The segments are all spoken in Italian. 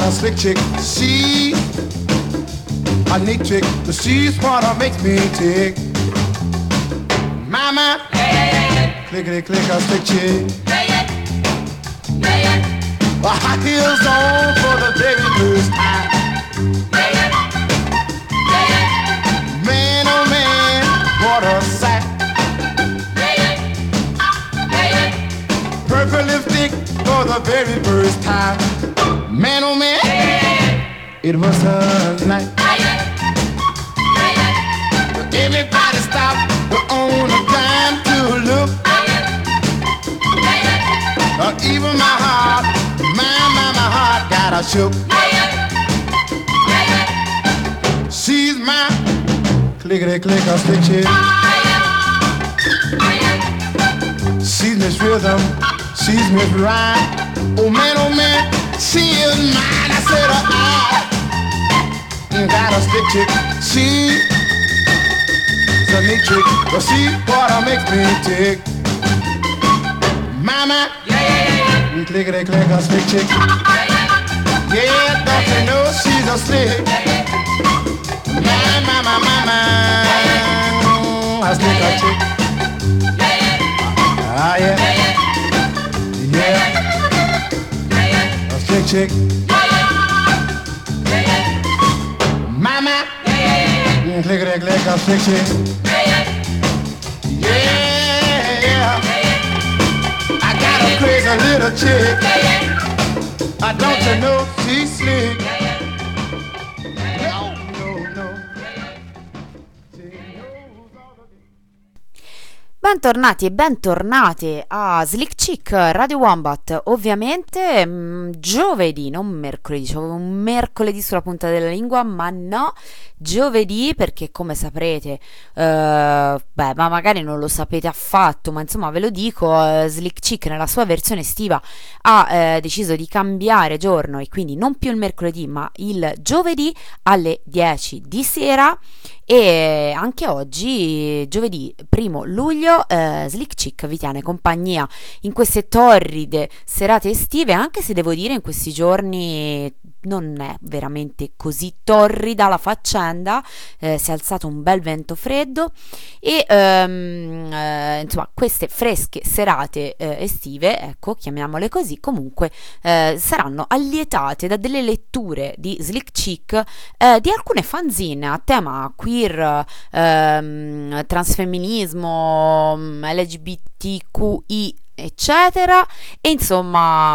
a slick chick. She a neat chick. She's what makes me tick. Mama, clickety click a slick chick. High heels on for the very first time. Man, oh man, what a sight. Purple lipstick for the very first time. Man, oh man, it was a night. Everybody stopped on a dime to look. Even my heart, my heart got a shook. She's my clickety click a slick chick. She's Miss Rhythm, she's Miss Rhyme. Oh man, she is mine. I said I got a slick chick. She's a neat chick, but she's what makes me tick. Mama, clickety click a slick chick. Yeah, don't you know she's a slick. My, a slick a chick. Ah yeah, a slick chick. Mama, clickety click a slick chick. Yeah, I got a crazy little chick. Don't you know she's slick? Bentornati e bentornate a Slick Chick Radio Wombat. Ovviamente giovedì, non mercoledì, c'avevo un mercoledì sulla punta della lingua, ma no, giovedì, perché come saprete, ma magari non lo sapete affatto, ma insomma ve lo dico, Slick Chick nella sua versione estiva ha deciso di cambiare giorno, e quindi non più il mercoledì ma il giovedì alle 10 di sera. E anche oggi, giovedì 1 luglio, Slick Chick vi tiene compagnia in queste torride serate estive, anche se devo dire in questi giorni non è veramente così torrida la faccenda, si è alzato un bel vento freddo e insomma queste fresche serate estive, ecco, chiamiamole così, comunque saranno allietate da delle letture di Slick Chick di alcune fanzine a tema queer, transfemminismo, LGBTQI eccetera, e insomma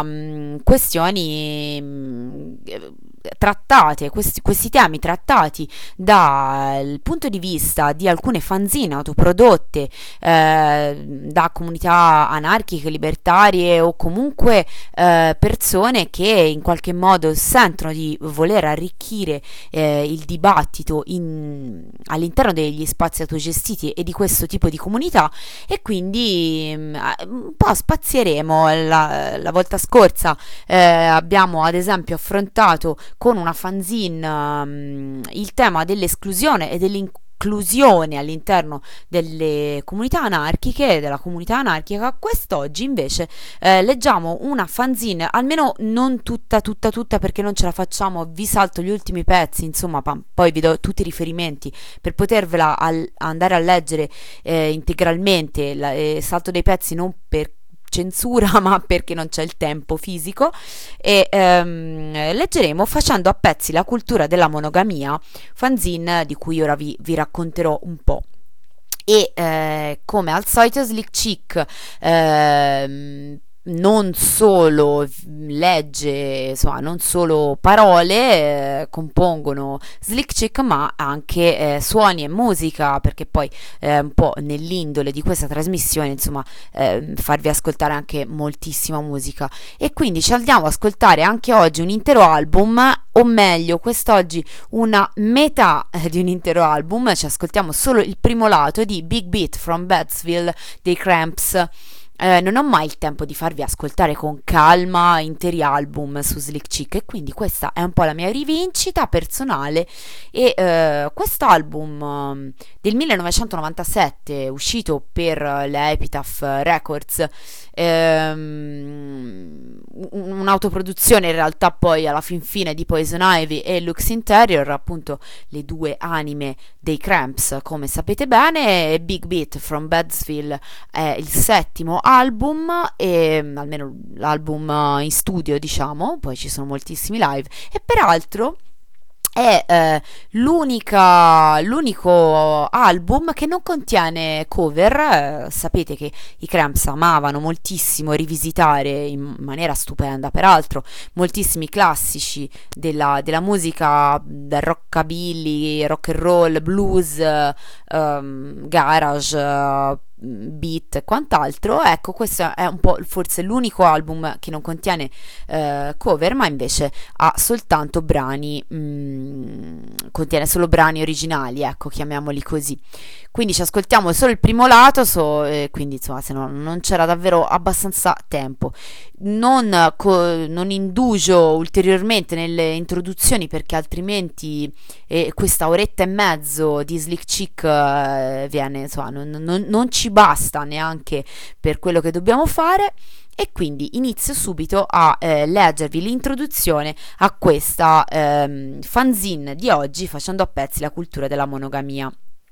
questioni trattate, questi temi trattati dal punto di vista di alcune fanzine autoprodotte da comunità anarchiche, libertarie o comunque persone che in qualche modo sentono di voler arricchire il dibattito all'interno degli spazi autogestiti e di questo tipo di comunità. E quindi un po' spazieremo. La volta scorsa abbiamo ad esempio affrontato con una fanzine il tema dell'esclusione e dell'inclusione all'interno delle comunità anarchiche, della comunità anarchica. Quest'oggi invece leggiamo una fanzine, almeno non tutta perché non ce la facciamo, vi salto gli ultimi pezzi, insomma poi vi do tutti i riferimenti per potervela andare a leggere integralmente, salto dei pezzi non per censura ma perché non c'è il tempo fisico, e leggeremo Facendo a pezzi la cultura della monogamia, fanzine di cui ora vi racconterò un po'. E come al solito Slick Chick non solo legge, insomma, non solo parole compongono Slick Chick, ma anche suoni e musica, perché poi un po' nell'indole di questa trasmissione, insomma, farvi ascoltare anche moltissima musica. E quindi ci andiamo ad ascoltare anche oggi un intero album, o meglio, quest'oggi una metà di un intero album. Ci ascoltiamo solo il primo lato di Big Beat from Batesville dei Cramps. non ho mai il tempo di farvi ascoltare con calma interi album su Slick Chick, e quindi questa è un po' la mia rivincita personale. E quest'album del 1997, uscito per la Epitaph Records, un'autoproduzione in realtà poi alla fin fine di Poison Ivy e Lux Interior, appunto le due anime dei Cramps, come sapete bene. Big Beat from Bedsville è il settimo album, e almeno l'album in studio, diciamo, poi ci sono moltissimi live, e peraltro è l'unico album che non contiene cover. Sapete che i Cramps amavano moltissimo rivisitare in maniera stupenda, peraltro, moltissimi classici della musica, del rockabilly, rock and roll, blues, garage, beat e quant'altro. Ecco, questo è un po' forse l'unico album che non contiene cover, ma invece ha soltanto brani, contiene solo brani originali, ecco, chiamiamoli così. Quindi ci ascoltiamo solo il primo lato, quindi insomma, se no non c'era davvero abbastanza tempo. Non indugio ulteriormente nelle introduzioni, perché altrimenti questa oretta e mezzo di Slick Chick viene, insomma, non ci basta neanche per quello che dobbiamo fare. E quindi inizio subito a leggervi l'introduzione a questa fanzine di oggi, facendo a pezzi la cultura della monogamia.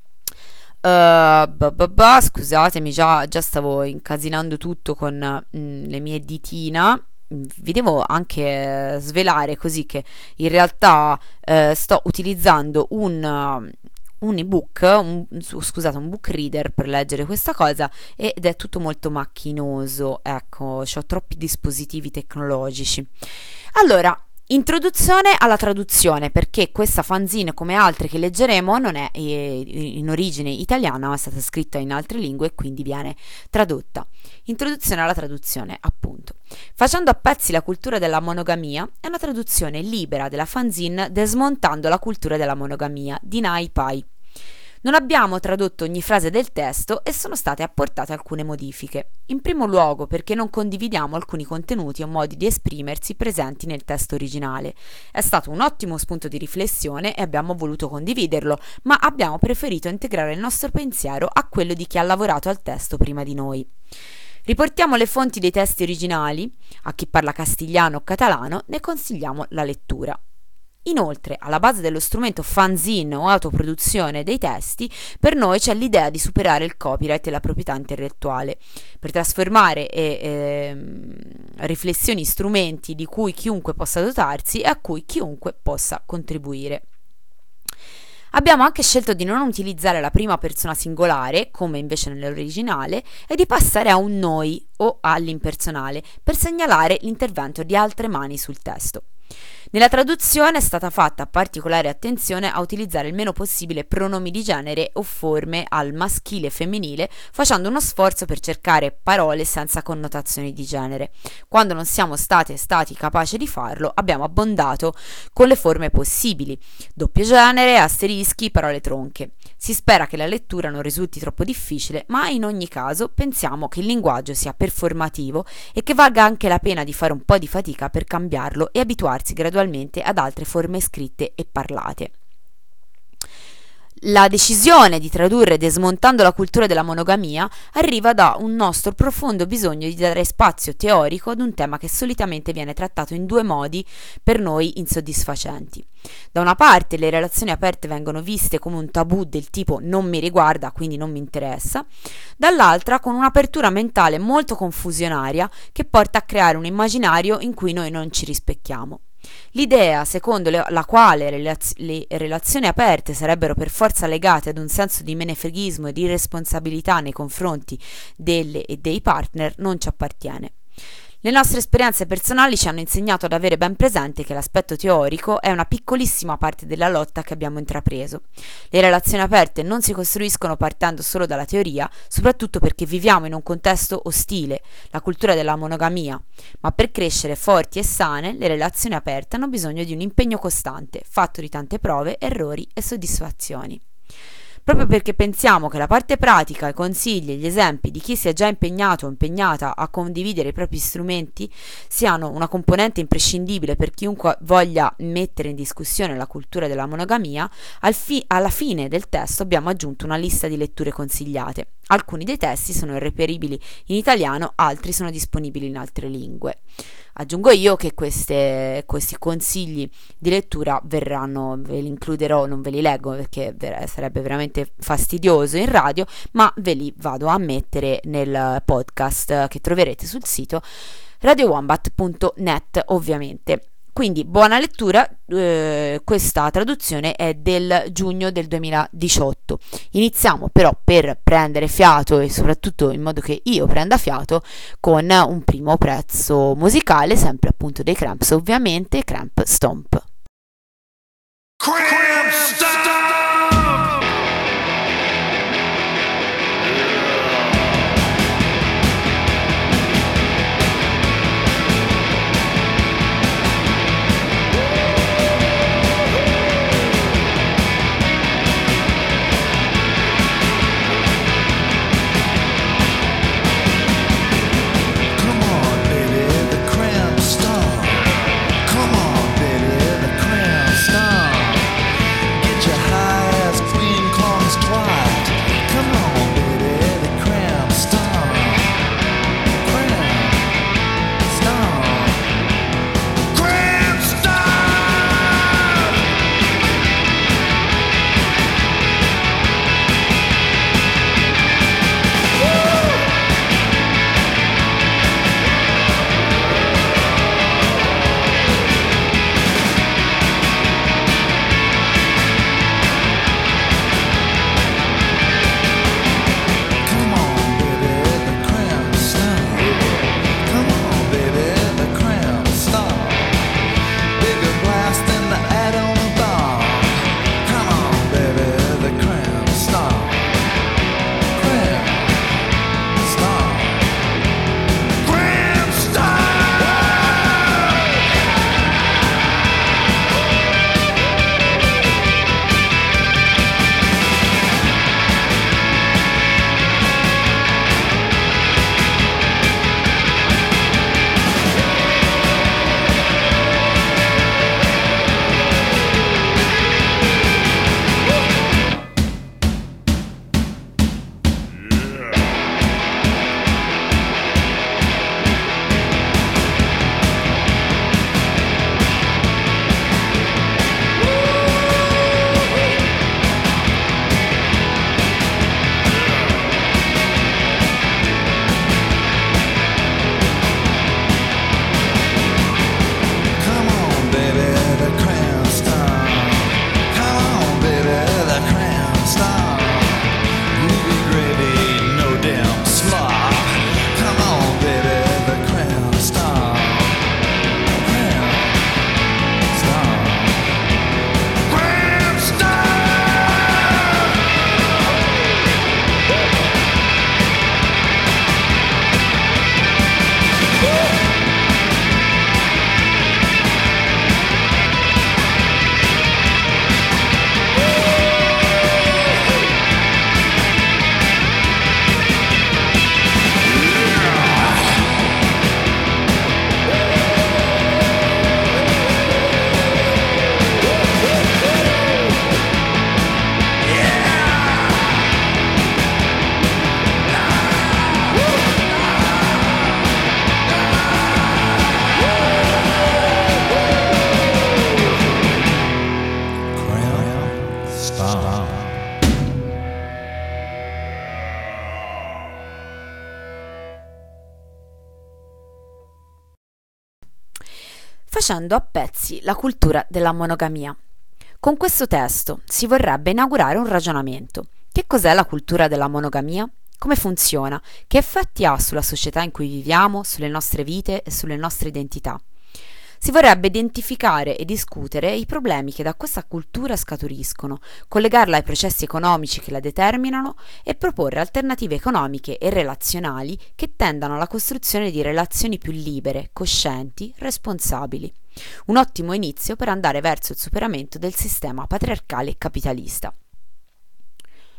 Scusatemi, già stavo incasinando tutto con le mie ditina. Vi devo anche svelare così che in realtà sto utilizzando un ebook, un book reader per leggere questa cosa, ed è tutto molto macchinoso, ecco, ho troppi dispositivi tecnologici. Allora, introduzione alla traduzione, perché questa fanzine, come altre che leggeremo, non è in origine italiana, ma è stata scritta in altre lingue e quindi viene tradotta. Introduzione alla traduzione, appunto. Facendo a pezzi la cultura della monogamia è una traduzione libera della fanzine Desmontando la cultura della monogamia di Nai Pai. Non abbiamo tradotto ogni frase del testo e sono state apportate alcune modifiche. In primo luogo perché non condividiamo alcuni contenuti o modi di esprimersi presenti nel testo originale. È stato un ottimo spunto di riflessione e abbiamo voluto condividerlo, ma abbiamo preferito integrare il nostro pensiero a quello di chi ha lavorato al testo prima di noi. Riportiamo le fonti dei testi originali. A chi parla castigliano o catalano ne consigliamo la lettura. Inoltre, alla base dello strumento fanzine o autoproduzione dei testi, per noi c'è l'idea di superare il copyright e la proprietà intellettuale, per trasformare riflessioni in strumenti di cui chiunque possa dotarsi e a cui chiunque possa contribuire. Abbiamo anche scelto di non utilizzare la prima persona singolare, come invece nell'originale, e di passare a un noi o all'impersonale per segnalare l'intervento di altre mani sul testo. Nella traduzione è stata fatta particolare attenzione a utilizzare il meno possibile pronomi di genere o forme al maschile e femminile, facendo uno sforzo per cercare parole senza connotazioni di genere. Quando non siamo stati capaci di farlo, abbiamo abbondato con le forme possibili: doppio genere, asterischi, parole tronche. Si spera che la lettura non risulti troppo difficile, ma in ogni caso pensiamo che il linguaggio sia performativo e che valga anche la pena di fare un po' di fatica per cambiarlo e abituarsi gradualmente ad altre forme scritte e parlate. La decisione di tradurre Desmontando la cultura della monogamia arriva da un nostro profondo bisogno di dare spazio teorico ad un tema che solitamente viene trattato in due modi per noi insoddisfacenti. Da una parte le relazioni aperte vengono viste come un tabù del tipo non mi riguarda, quindi non mi interessa, dall'altra con un'apertura mentale molto confusionaria che porta a creare un immaginario in cui noi non ci rispecchiamo. L'idea secondo la quale le relazioni aperte sarebbero per forza legate ad un senso di menefreghismo e di irresponsabilità nei confronti delle e dei partner non ci appartiene. Le nostre esperienze personali ci hanno insegnato ad avere ben presente che l'aspetto teorico è una piccolissima parte della lotta che abbiamo intrapreso. Le relazioni aperte non si costruiscono partendo solo dalla teoria, soprattutto perché viviamo in un contesto ostile, la cultura della monogamia, ma per crescere forti e sane le relazioni aperte hanno bisogno di un impegno costante, fatto di tante prove, errori e soddisfazioni. proprio perché pensiamo che la parte pratica, i consigli e gli esempi di chi si è già impegnato o impegnata a condividere i propri strumenti siano una componente imprescindibile per chiunque voglia mettere in discussione la cultura della monogamia, alla fine del testo abbiamo aggiunto una lista di letture consigliate. Alcuni dei testi sono reperibili in italiano, altri sono disponibili in altre lingue. Aggiungo io che questi consigli di lettura verranno, ve li includerò, non ve li leggo perché sarebbe veramente fastidioso in radio, ma ve li vado a mettere nel podcast che troverete sul sito radiowombat.net, ovviamente. Quindi buona lettura, questa traduzione è del giugno del 2018. Iniziamo però per prendere fiato e soprattutto in modo che io prenda fiato con un primo pezzo musicale, sempre appunto dei Cramps, ovviamente, Cramp Stomp. Cramp Stomp! Facendo a pezzi la cultura della monogamia. Con questo testo si vorrebbe inaugurare un ragionamento. Che cos'è la cultura della monogamia? Come funziona? Che effetti ha sulla società in cui viviamo, sulle nostre vite e sulle nostre identità? Si vorrebbe identificare e discutere i problemi che da questa cultura scaturiscono, collegarla ai processi economici che la determinano e proporre alternative economiche e relazionali che tendano alla costruzione di relazioni più libere, coscienti, responsabili. Un ottimo inizio per andare verso il superamento del sistema patriarcale e capitalista.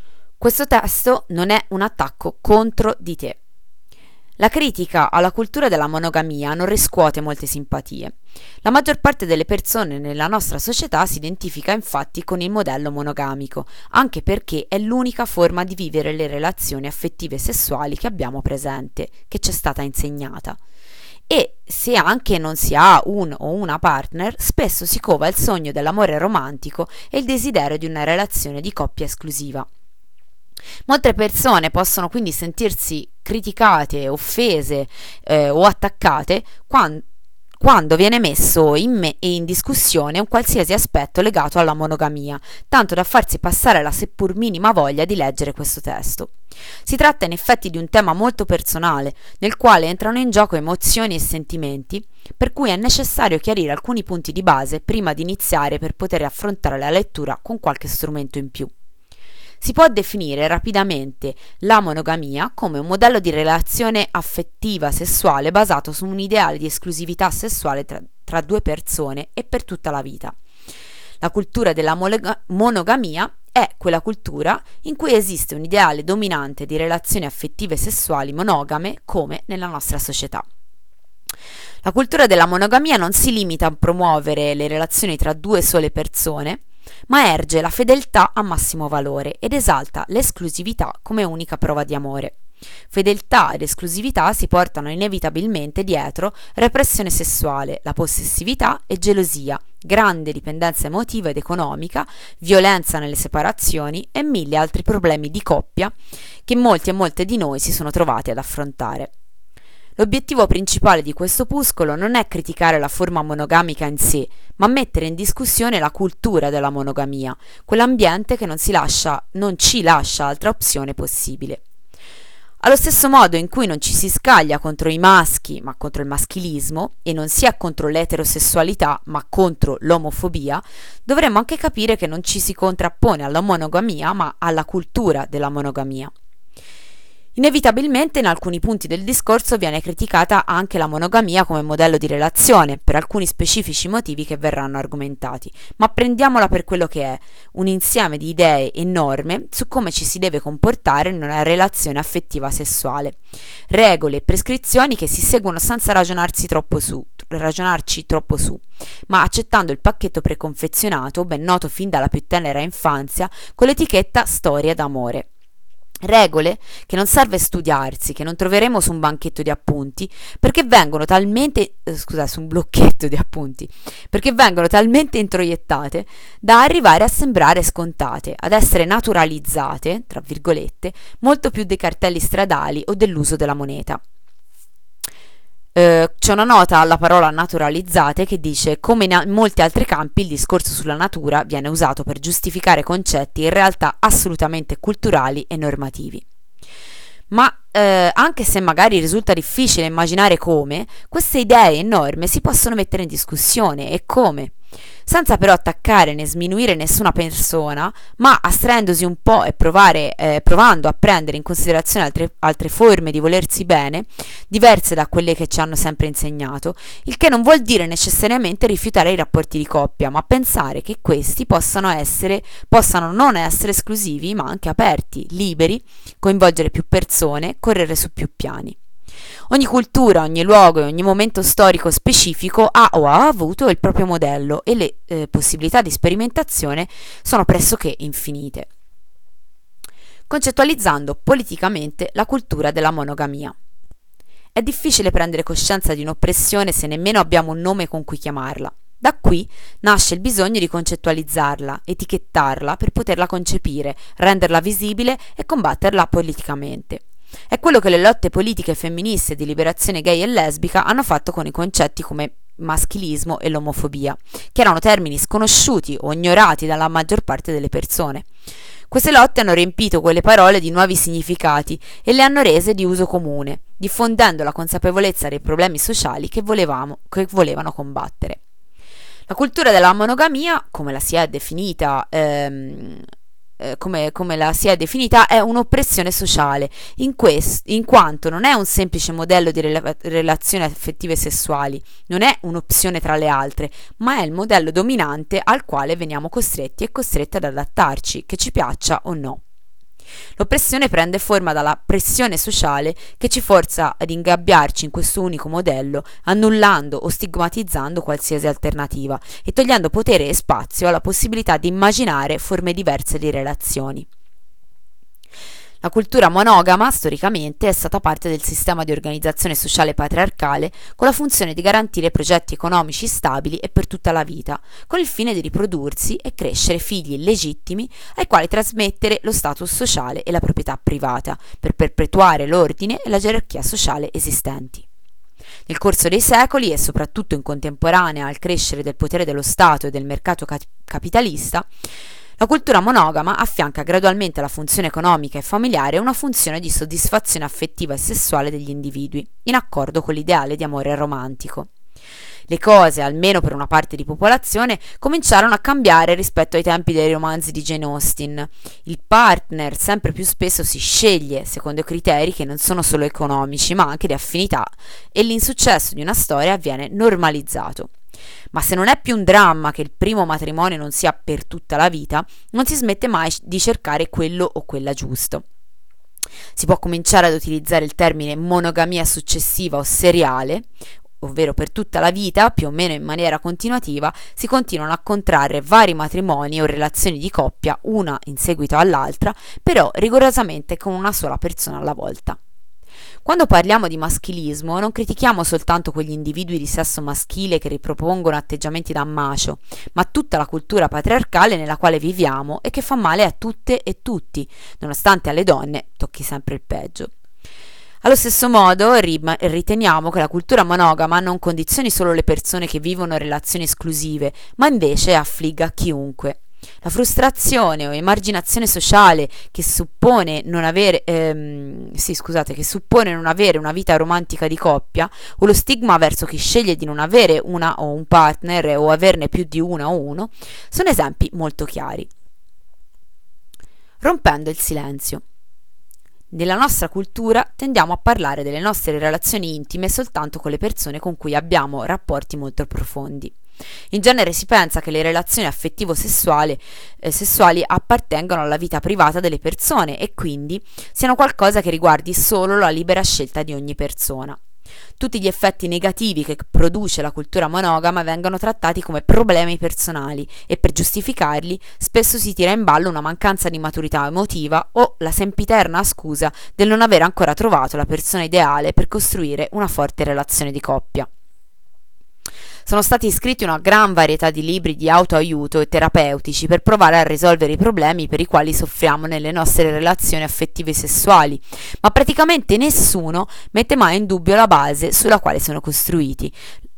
Questo testo non è un attacco contro di te. La critica alla cultura della monogamia non riscuote molte simpatie. La maggior parte delle persone nella nostra società si identifica infatti con il modello monogamico, anche perché è l'unica forma di vivere le relazioni affettive e sessuali che abbiamo presente, che ci è stata insegnata. E se anche non si ha un o una partner, spesso si cova il sogno dell'amore romantico e il desiderio di una relazione di coppia esclusiva. Molte persone possono quindi sentirsi criticate, offese o attaccate quando viene messo in discussione un qualsiasi aspetto legato alla monogamia, tanto da farsi passare la seppur minima voglia di leggere questo testo. Si tratta in effetti di un tema molto personale, nel quale entrano in gioco emozioni e sentimenti, per cui è necessario chiarire alcuni punti di base prima di iniziare per poter affrontare la lettura con qualche strumento in più. Si può definire rapidamente la monogamia come un modello di relazione affettiva sessuale basato su un ideale di esclusività sessuale tra due persone e per tutta la vita. La cultura della monogamia è quella cultura in cui esiste un ideale dominante di relazioni affettive sessuali monogame come nella nostra società. La cultura della monogamia non si limita a promuovere le relazioni tra due sole persone, ma erge la fedeltà a massimo valore ed esalta l'esclusività come unica prova di amore. Fedeltà ed esclusività si portano inevitabilmente dietro repressione sessuale, la possessività e gelosia, grande dipendenza emotiva ed economica, violenza nelle separazioni e mille altri problemi di coppia che molti e molte di noi si sono trovati ad affrontare. L'obiettivo principale di questo opuscolo non è criticare la forma monogamica in sé, ma mettere in discussione la cultura della monogamia, quell'ambiente che non ci lascia altra opzione possibile. Allo stesso modo in cui non ci si scaglia contro i maschi, ma contro il maschilismo, e non sia contro l'eterosessualità, ma contro l'omofobia, dovremmo anche capire che non ci si contrappone alla monogamia, ma alla cultura della monogamia. Inevitabilmente in alcuni punti del discorso viene criticata anche la monogamia come modello di relazione, per alcuni specifici motivi che verranno argomentati, ma prendiamola per quello che è, un insieme di idee e norme su come ci si deve comportare in una relazione affettiva sessuale, regole e prescrizioni che si seguono senza ragionarci troppo su, ma accettando il pacchetto preconfezionato, ben noto fin dalla più tenera infanzia, con l'etichetta storia d'amore. Regole che non serve studiarsi, che non troveremo su un banchetto di appunti, perché vengono talmente, su un blocchetto di appunti, perché vengono talmente introiettate da arrivare a sembrare scontate, ad essere naturalizzate, tra virgolette, molto più dei cartelli stradali o dell'uso della moneta. C'è una nota alla parola naturalizzate che dice: come in molti altri campi il discorso sulla natura viene usato per giustificare concetti in realtà assolutamente culturali e normativi. Ma anche se magari risulta difficile immaginare come, queste idee e norme si possono mettere in discussione e come, senza però attaccare né sminuire nessuna persona, ma astraendosi un po' e provando a prendere in considerazione altre forme di volersi bene, diverse da quelle che ci hanno sempre insegnato, il che non vuol dire necessariamente rifiutare i rapporti di coppia, ma pensare che questi possano non essere esclusivi, ma anche aperti, liberi, coinvolgere più persone, correre su più piani. Ogni cultura, ogni luogo e ogni momento storico specifico ha o ha avuto il proprio modello e le possibilità di sperimentazione sono pressoché infinite. Concettualizzando politicamente la cultura della monogamia. È difficile prendere coscienza di un'oppressione se nemmeno abbiamo un nome con cui chiamarla. Da qui nasce il bisogno di concettualizzarla, etichettarla per poterla concepire, renderla visibile e combatterla politicamente. È quello che le lotte politiche femministe di liberazione gay e lesbica hanno fatto con i concetti come maschilismo e l'omofobia, che erano termini sconosciuti o ignorati dalla maggior parte delle persone. Queste lotte hanno riempito quelle parole di nuovi significati e le hanno rese di uso comune, diffondendo la consapevolezza dei problemi sociali che volevano combattere. La cultura della monogamia, come la si è definita, è un'oppressione sociale, in quanto non è un semplice modello di relazioni affettive sessuali, non è un'opzione tra le altre, ma è il modello dominante al quale veniamo costretti e costrette ad adattarci, che ci piaccia o no. L'oppressione prende forma dalla pressione sociale che ci forza ad ingabbiarci in questo unico modello, annullando o stigmatizzando qualsiasi alternativa e togliendo potere e spazio alla possibilità di immaginare forme diverse di relazioni. La cultura monogama, storicamente, è stata parte del sistema di organizzazione sociale patriarcale con la funzione di garantire progetti economici stabili e per tutta la vita, con il fine di riprodursi e crescere figli legittimi ai quali trasmettere lo status sociale e la proprietà privata, per perpetuare l'ordine e la gerarchia sociale esistenti. Nel corso dei secoli e soprattutto in contemporanea al crescere del potere dello Stato e del mercato capitalista, la cultura monogama affianca gradualmente alla funzione economica e familiare una funzione di soddisfazione affettiva e sessuale degli individui, in accordo con l'ideale di amore romantico. Le cose, almeno per una parte di popolazione, cominciarono a cambiare rispetto ai tempi dei romanzi di Jane Austen. Il partner sempre più spesso si sceglie secondo criteri che non sono solo economici, ma anche di affinità, e l'insuccesso di una storia avviene normalizzato. Ma se non è più un dramma che il primo matrimonio non sia per tutta la vita, non si smette mai di cercare quello o quella giusto. Si può cominciare ad utilizzare il termine monogamia successiva o seriale, ovvero per tutta la vita, più o meno in maniera continuativa, si continuano a contrarre vari matrimoni o relazioni di coppia, una in seguito all'altra, però rigorosamente con una sola persona alla volta. Quando parliamo di maschilismo non critichiamo soltanto quegli individui di sesso maschile che ripropongono atteggiamenti da macho, ma tutta la cultura patriarcale nella quale viviamo e che fa male a tutte e tutti, nonostante alle donne tocchi sempre il peggio. Allo stesso modo riteniamo che la cultura monogama non condizioni solo le persone che vivono relazioni esclusive, ma invece affligga chiunque. La frustrazione o emarginazione sociale che suppone non avere una vita romantica di coppia, o lo stigma verso chi sceglie di non avere una o un partner o averne più di una o uno, sono esempi molto chiari. Rompendo il silenzio. Nella nostra cultura tendiamo a parlare delle nostre relazioni intime soltanto con le persone con cui abbiamo rapporti molto profondi. In genere si pensa che le relazioni affettivo-sessuali appartengano alla vita privata delle persone e quindi siano qualcosa che riguardi solo la libera scelta di ogni persona. Tutti gli effetti negativi che produce la cultura monogama vengono trattati come problemi personali e per giustificarli spesso si tira in ballo una mancanza di maturità emotiva o la sempiterna scusa del non aver ancora trovato la persona ideale per costruire una forte relazione di coppia. Sono stati scritti una gran varietà di libri di autoaiuto e terapeutici per provare a risolvere i problemi per i quali soffriamo nelle nostre relazioni affettive e sessuali, ma praticamente nessuno mette mai in dubbio la base sulla quale sono costruiti,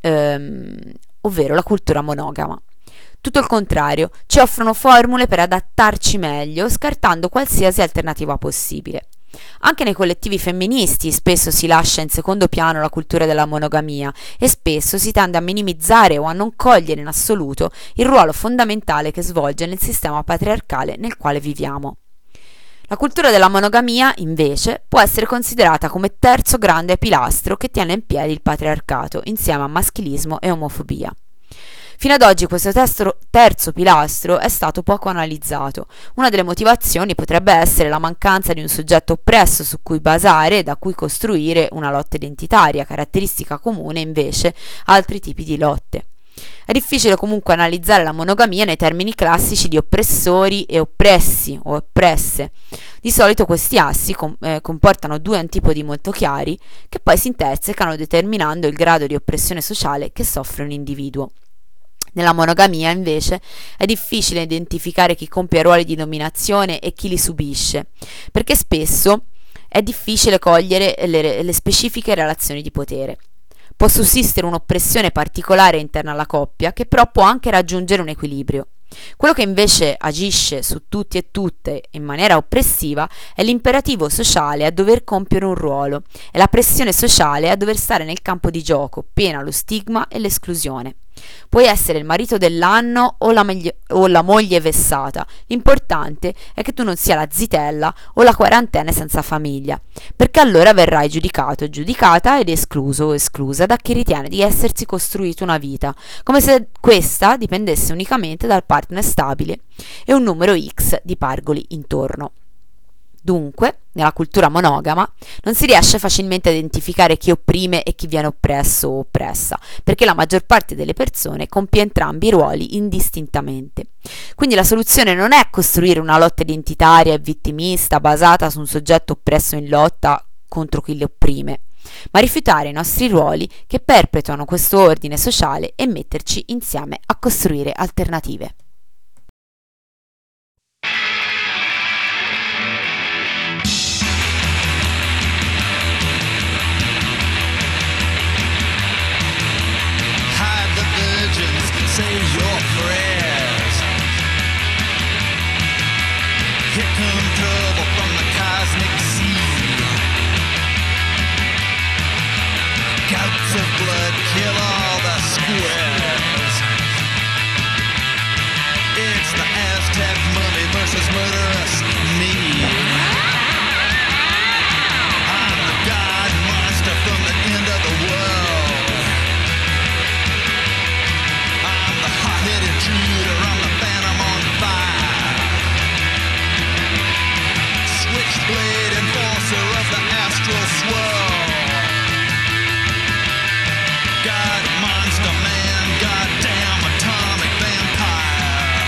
ovvero la cultura monogama. Tutto il contrario, ci offrono formule per adattarci meglio, scartando qualsiasi alternativa possibile. Anche nei collettivi femministi spesso si lascia in secondo piano la cultura della monogamia e spesso si tende a minimizzare o a non cogliere in assoluto il ruolo fondamentale che svolge nel sistema patriarcale nel quale viviamo. La cultura della monogamia, invece, può essere considerata come terzo grande pilastro che tiene in piedi il patriarcato, insieme a maschilismo e omofobia. Fino ad oggi questo terzo pilastro è stato poco analizzato. Una delle motivazioni potrebbe essere la mancanza di un soggetto oppresso su cui basare e da cui costruire una lotta identitaria, caratteristica comune invece a altri tipi di lotte. È difficile comunque analizzare la monogamia nei termini classici di oppressori e oppressi o oppresse. Di solito questi assi comportano due antipodi molto chiari che poi si intersecano determinando il grado di oppressione sociale che soffre un individuo. Nella monogamia, invece, è difficile identificare chi compie ruoli di dominazione e chi li subisce, perché spesso è difficile cogliere le specifiche relazioni di potere. Può sussistere un'oppressione particolare interna alla coppia, che però può anche raggiungere un equilibrio. Quello che invece agisce su tutti e tutte in maniera oppressiva è l'imperativo sociale a dover compiere un ruolo, è la pressione sociale a dover stare nel campo di gioco, pena lo stigma e l'esclusione. Puoi essere il marito dell'anno o la moglie vessata, l'importante è che tu non sia la zitella o la quarantenne senza famiglia, perché allora verrai giudicato, giudicata ed escluso o esclusa da chi ritiene di essersi costruito una vita, come se questa dipendesse unicamente dal partner stabile e un numero X di pargoli intorno. Dunque, nella cultura monogama non si riesce facilmente a identificare chi opprime e chi viene oppresso o oppressa, perché la maggior parte delle persone compie entrambi i ruoli indistintamente. Quindi la soluzione non è costruire una lotta identitaria e vittimista basata su un soggetto oppresso in lotta contro chi le opprime, ma rifiutare i nostri ruoli che perpetuano questo ordine sociale e metterci insieme a costruire alternative. Say your prayers. Here come trouble from the cosmic sea. Gouts of blood kill all the squares. It's the Aztec mummy versus murderous me. I'm the god monster from the end of the world. Intruder, I'm the phantom on fire. Switchblade enforcer of the astral swirl. God monster man, goddamn atomic vampire.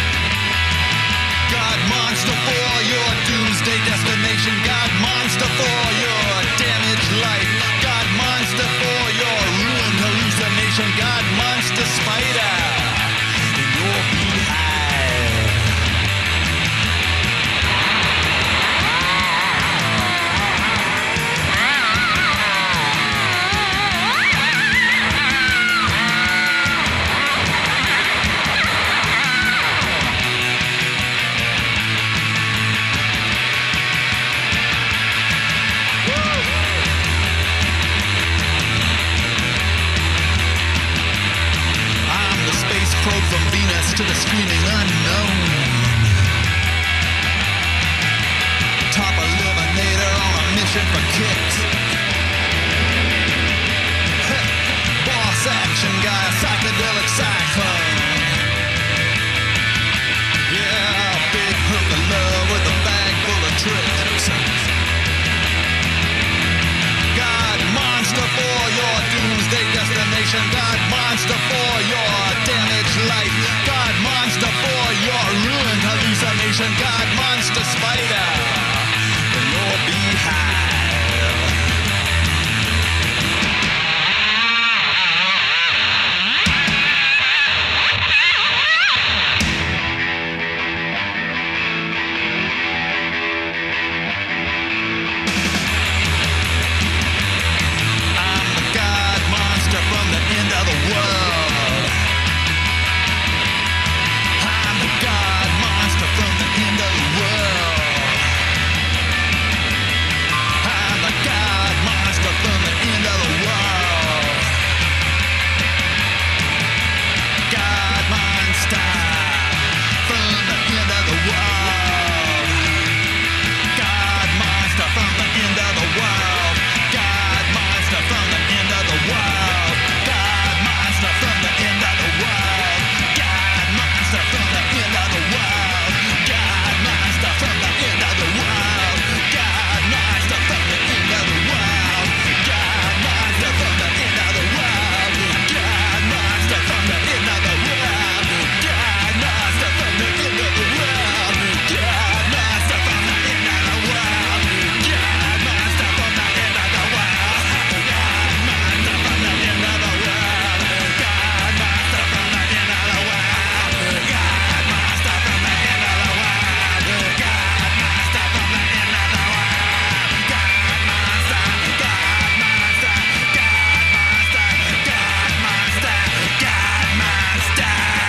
God monster for your doomsday destination. God monster for your damaged life. God monster for your ruined hallucination. God monster spider. From Venus to the screaming unknown. Top eliminator on a mission for kicks. Boss action guy, psychedelic cyclone. Yeah, big hook of love with a bag full of tricks. God monster for your doomsday destination. God monster for your damaged life. God monster for your ruined hallucination. God monster spider in your beehive. I'm the God monster from the end of the world. I'm the God monster from the end of the world. I'm the God monster from the end of the world. God monster from the end of the world. God monster from the end of the world. God monster from the end of the world. God monster from the end of the world. God monster from the end of the world. God monster from the end of the world. God monster from the end of the world. God monster from the end of the world. God monster from the end of the world. God monster from the end of the world. God monster from the end of the world. God monster from the end of the world. God monster from the end of the world. God monster from the end of the world. God monster from the end of the world. God monster from the end of the world. God monster, God monster, God monster, God monster, God monster.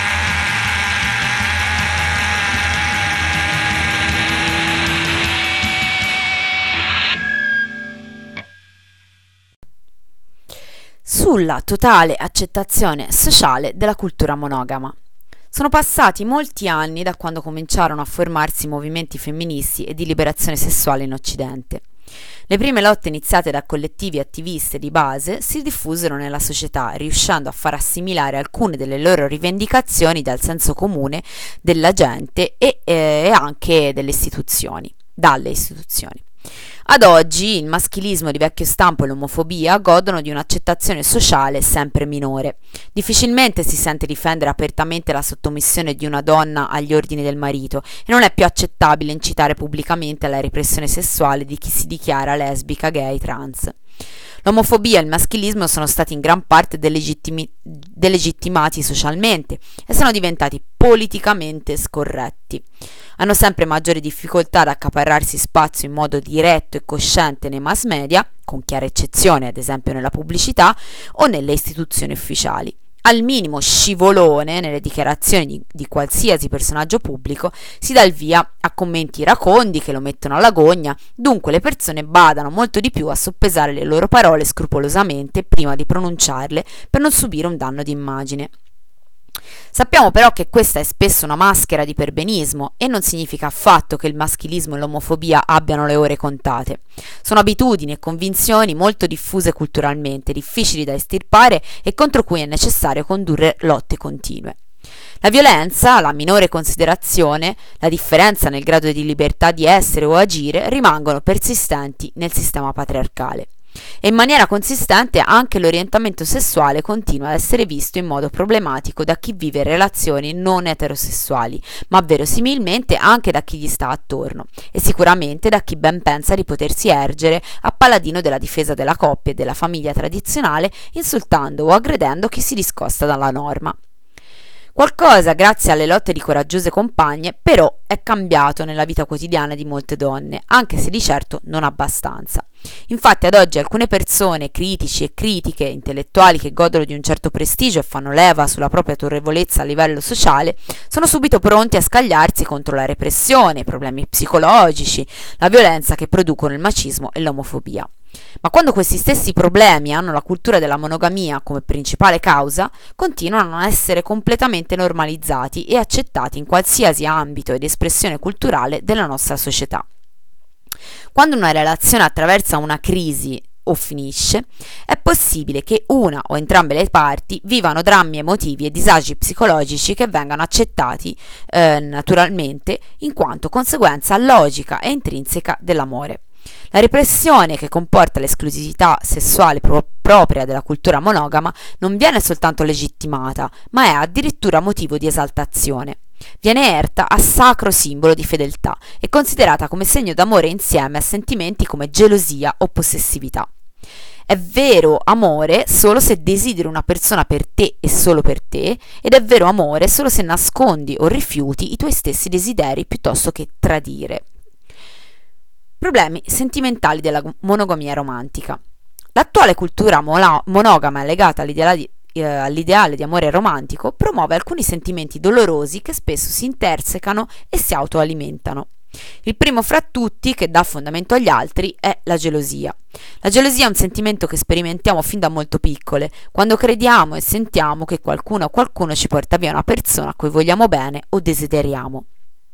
Sulla totale accettazione sociale della cultura monogama. Sono passati molti anni da quando cominciarono a formarsi movimenti femministi e di liberazione sessuale in Occidente. Le prime lotte iniziate da collettivi attiviste di base si diffusero nella società, riuscendo a far assimilare alcune delle loro rivendicazioni dal senso comune della gente e anche delle istituzioni. dalle istituzioni. Ad oggi il maschilismo di vecchio stampo e l'omofobia godono di un'accettazione sociale sempre minore. Difficilmente si sente difendere apertamente la sottomissione di una donna agli ordini del marito e non è più accettabile incitare pubblicamente alla repressione sessuale di chi si dichiara lesbica, gay, trans. L'omofobia e il maschilismo sono stati in gran parte delegittimati socialmente e sono diventati politicamente scorretti. Hanno sempre maggiori difficoltà ad accaparrarsi spazio in modo diretto e cosciente nei mass media, con chiare eccezioni ad esempio nella pubblicità o nelle istituzioni ufficiali. Al minimo scivolone nelle dichiarazioni di qualsiasi personaggio pubblico si dà il via a commenti iracondi che lo mettono alla gogna, dunque le persone badano molto di più a soppesare le loro parole scrupolosamente prima di pronunciarle per non subire un danno d'immagine. Sappiamo però che questa è spesso una maschera di perbenismo e non significa affatto che il maschilismo e l'omofobia abbiano le ore contate. Sono abitudini e convinzioni molto diffuse culturalmente, difficili da estirpare e contro cui è necessario condurre lotte continue. La violenza, la minore considerazione, la differenza nel grado di libertà di essere o agire rimangono persistenti nel sistema patriarcale. E in maniera consistente anche l'orientamento sessuale continua ad essere visto in modo problematico da chi vive relazioni non eterosessuali, ma verosimilmente anche da chi gli sta attorno, e sicuramente da chi ben pensa di potersi ergere a paladino della difesa della coppia e della famiglia tradizionale, insultando o aggredendo chi si discosta dalla norma. Qualcosa, grazie alle lotte di coraggiose compagne, però è cambiato nella vita quotidiana di molte donne, anche se di certo non abbastanza. Infatti ad oggi alcune persone, critici e critiche, intellettuali che godono di un certo prestigio e fanno leva sulla propria autorevolezza a livello sociale, sono subito pronti a scagliarsi contro la repressione, i problemi psicologici, la violenza che producono il macismo e l'omofobia. Ma quando questi stessi problemi hanno la cultura della monogamia come principale causa, continuano a essere completamente normalizzati e accettati in qualsiasi ambito ed espressione culturale della nostra società. Quando una relazione attraversa una crisi o finisce, è possibile che una o entrambe le parti vivano drammi emotivi e disagi psicologici che vengano accettati naturalmente in quanto conseguenza logica e intrinseca dell'amore. La repressione che comporta l'esclusività sessuale propria della cultura monogama non viene soltanto legittimata, ma è addirittura motivo di esaltazione. Viene erta a sacro simbolo di fedeltà e considerata come segno d'amore insieme a sentimenti come gelosia o possessività. È vero amore solo se desideri una persona per te e solo per te, ed è vero amore solo se nascondi o rifiuti i tuoi stessi desideri piuttosto che tradire. Problemi sentimentali della monogamia romantica. L'attuale cultura monogama legata all'ideale di amore romantico promuove alcuni sentimenti dolorosi che spesso si intersecano e si autoalimentano. Il primo fra tutti, che dà fondamento agli altri, è la gelosia. La gelosia è un sentimento che sperimentiamo fin da molto piccole, quando crediamo e sentiamo che qualcuno o qualcuno ci porta via una persona a cui vogliamo bene o desideriamo.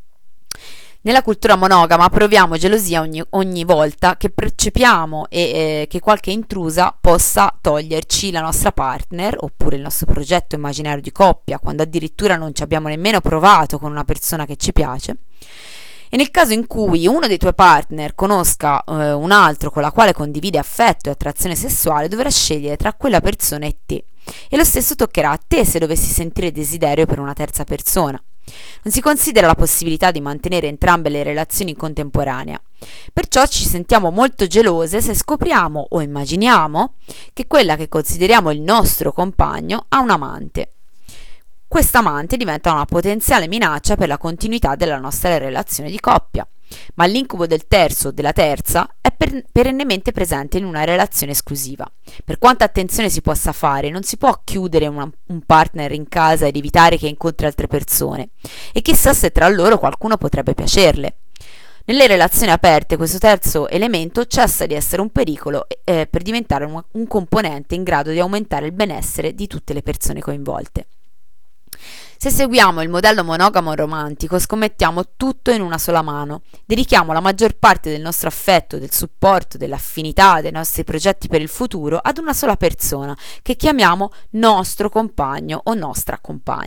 Nella cultura monogama proviamo gelosia ogni volta che percepiamo che qualche intrusa possa toglierci la nostra partner oppure il nostro progetto immaginario di coppia, quando addirittura non ci abbiamo nemmeno provato con una persona che ci piace. E nel caso in cui uno dei tuoi partner conosca un altro con la quale condivide affetto e attrazione sessuale, dovrà scegliere tra quella persona e te. E lo stesso toccherà a te se dovessi sentire desiderio per una terza persona. Non si considera la possibilità di mantenere entrambe le relazioni in contemporanea. Perciò ci sentiamo molto gelose se scopriamo o immaginiamo che quella che consideriamo il nostro compagno ha un amante. Questa amante diventa una potenziale minaccia per la continuità della nostra relazione di coppia. Ma l'incubo del terzo o della terza è perennemente presente in una relazione esclusiva. Per quanta attenzione si possa fare, non si può chiudere un partner in casa ed evitare che incontri altre persone, e chissà se tra loro qualcuno potrebbe piacerle. Nelle relazioni aperte questo terzo elemento cessa di essere un pericolo per diventare un componente in grado di aumentare il benessere di tutte le persone coinvolte. Se seguiamo il modello monogamo romantico, scommettiamo tutto in una sola mano. Dedichiamo la maggior parte del nostro affetto, del supporto, dell'affinità, dei nostri progetti per il futuro ad una sola persona, che chiamiamo nostro compagno o nostra compagna.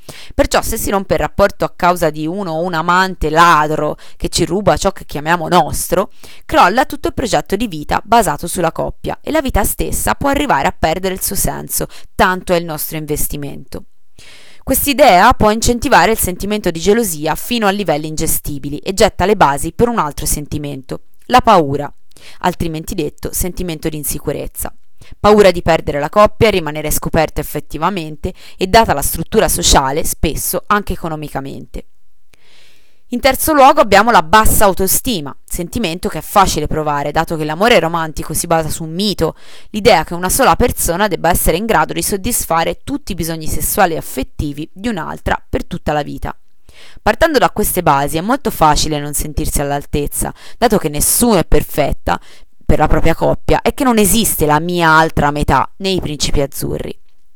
Perciò se si rompe il rapporto a causa di uno o un amante ladro che ci ruba ciò che chiamiamo nostro, crolla tutto il progetto di vita basato sulla coppia e la vita stessa può arrivare a perdere il suo senso, tanto è il nostro investimento. Quest'idea può incentivare il sentimento di gelosia fino a livelli ingestibili e getta le basi per un altro sentimento, la paura, altrimenti detto sentimento di insicurezza. Paura di perdere la coppia, rimanere scoperto effettivamente e, data la struttura sociale, spesso anche economicamente. In terzo luogo abbiamo la bassa autostima, sentimento che è facile provare, dato che l'amore romantico si basa su un mito, l'idea che una sola persona debba essere in grado di soddisfare tutti i bisogni sessuali e affettivi di un'altra per tutta la vita. Partendo da queste basi è molto facile non sentirsi all'altezza, dato che nessuno è perfetta per la propria coppia e che non esiste la mia altra metà nei Principi Azzurri.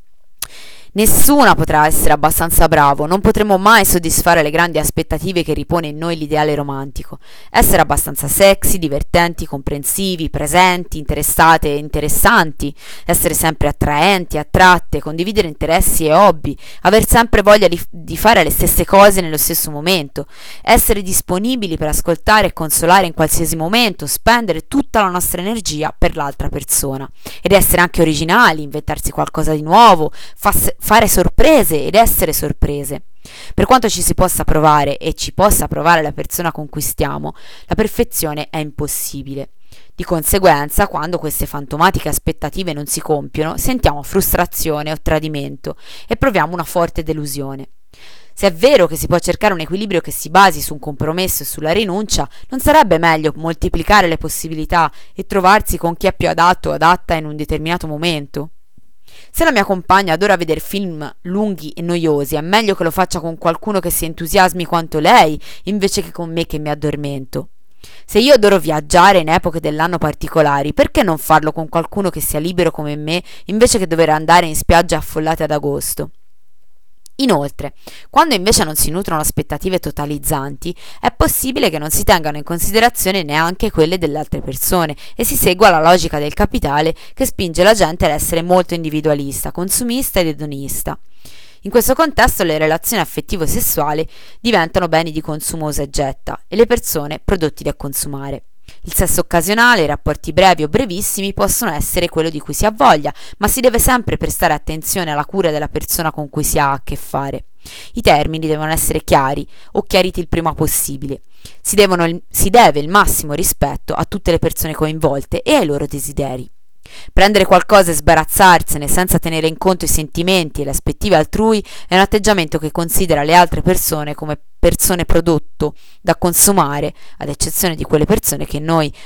Nessuna potrà essere abbastanza bravo, non potremo mai soddisfare le grandi aspettative che ripone in noi l'ideale romantico. Essere abbastanza sexy, divertenti, comprensivi, presenti, interessate e interessanti, essere sempre attraenti, attratte, condividere interessi e hobby, aver sempre voglia di fare le stesse cose nello stesso momento, essere disponibili per ascoltare e consolare in qualsiasi momento, spendere tutta la nostra energia per l'altra persona ed essere anche originali, inventarsi qualcosa di nuovo, fare sorprese ed essere sorprese. Per quanto ci si possa provare e ci possa provare la persona con cui stiamo, la perfezione è impossibile. Di conseguenza, quando queste fantomatiche aspettative non si compiono, sentiamo frustrazione o tradimento e proviamo una forte delusione. Se è vero che si può cercare un equilibrio che si basi su un compromesso e sulla rinuncia, non sarebbe meglio moltiplicare le possibilità e trovarsi con chi è più adatto o adatta in un determinato momento? Se la mia compagna adora vedere film lunghi e noiosi, è meglio che lo faccia con qualcuno che si entusiasmi quanto lei, invece che con me che mi addormento. Se io adoro viaggiare in epoche dell'anno particolari, perché non farlo con qualcuno che sia libero come me, invece che dover andare in spiagge affollate ad agosto? Inoltre, quando invece non si nutrono aspettative totalizzanti, è possibile che non si tengano in considerazione neanche quelle delle altre persone e si segua la logica del capitale che spinge la gente ad essere molto individualista, consumista ed edonista. In questo contesto le relazioni affettivo-sessuali diventano beni di consumo usa e getta e le persone prodotti da consumare. Il sesso occasionale, i rapporti brevi o brevissimi possono essere quello di cui si ha voglia, ma si deve sempre prestare attenzione alla cura della persona con cui si ha a che fare. I termini devono essere chiari o chiariti il prima possibile. Si deve il massimo rispetto a tutte le persone coinvolte e ai loro desideri. Prendere qualcosa e sbarazzarsene senza tenere in conto i sentimenti e le aspettative altrui è un atteggiamento che considera le altre persone come persone prodotto da consumare, ad eccezione di quelle persone che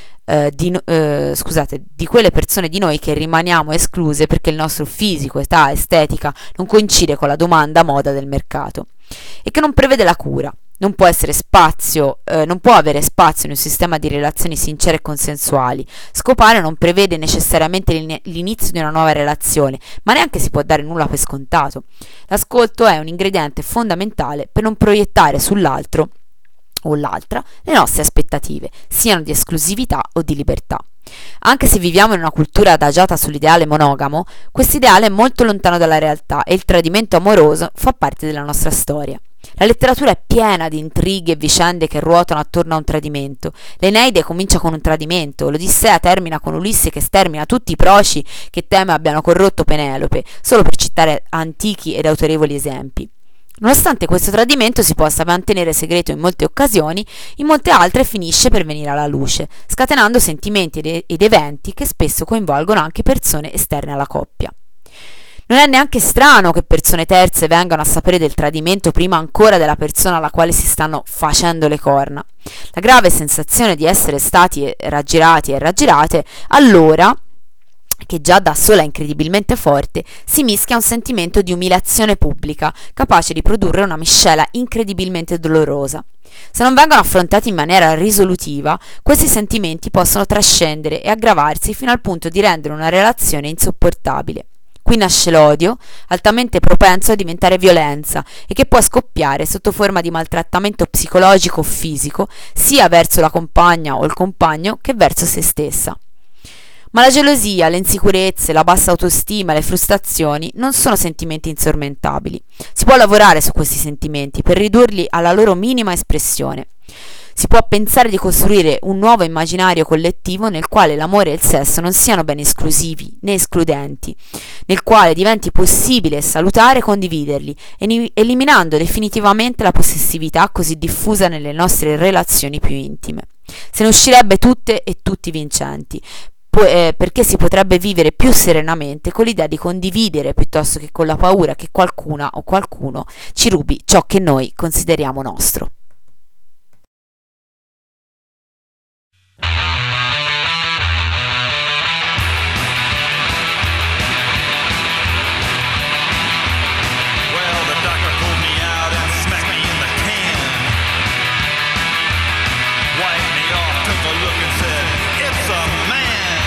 di quelle persone di noi che rimaniamo escluse perché il nostro fisico, età, estetica non coincide con la domanda moda del mercato, e che non prevede la cura. Non può avere spazio in un sistema di relazioni sincere e consensuali. Scopare non prevede necessariamente l'inizio di una nuova relazione, ma neanche si può dare nulla per scontato. L'ascolto è un ingrediente fondamentale per non proiettare sull'altro o l'altra le nostre aspettative, siano di esclusività o di libertà. Anche se viviamo in una cultura adagiata sull'ideale monogamo, quest'ideale è molto lontano dalla realtà e il tradimento amoroso fa parte della nostra storia. La letteratura è piena di intrighi e vicende che ruotano attorno a un tradimento. L'Eneide comincia con un tradimento, l'Odissea termina con Ulisse che stermina tutti i proci che teme abbiano corrotto Penelope, solo per citare antichi ed autorevoli esempi. Nonostante questo tradimento si possa mantenere segreto in molte occasioni, in molte altre finisce per venire alla luce, scatenando sentimenti ed eventi che spesso coinvolgono anche persone esterne alla coppia. Non è neanche strano che persone terze vengano a sapere del tradimento prima ancora della persona alla quale si stanno facendo le corna. La grave sensazione di essere stati raggirati e raggirate, allora, che già da sola è incredibilmente forte, si mischia a un sentimento di umiliazione pubblica, capace di produrre una miscela incredibilmente dolorosa. Se non vengono affrontati in maniera risolutiva, questi sentimenti possono trascendere e aggravarsi fino al punto di rendere una relazione insopportabile. Qui nasce l'odio, altamente propenso a diventare violenza e che può scoppiare sotto forma di maltrattamento psicologico o fisico, sia verso la compagna o il compagno che verso se stessa. Ma la gelosia, le insicurezze, la bassa autostima, le frustrazioni non sono sentimenti insormontabili. Si può lavorare su questi sentimenti per ridurli alla loro minima espressione. Si può pensare di costruire un nuovo immaginario collettivo nel quale l'amore e il sesso non siano beni esclusivi né escludenti, nel quale diventi possibile e salutare condividerli, eliminando definitivamente la possessività così diffusa nelle nostre relazioni più intime. Se ne uscirebbe tutte e tutti vincenti, perché si potrebbe vivere più serenamente con l'idea di condividere piuttosto che con la paura che qualcuna o qualcuno ci rubi ciò che noi consideriamo nostro. Well, the doctor pulled me out and smacked me in the can. Wiped me off, took a look and said, "It's a man."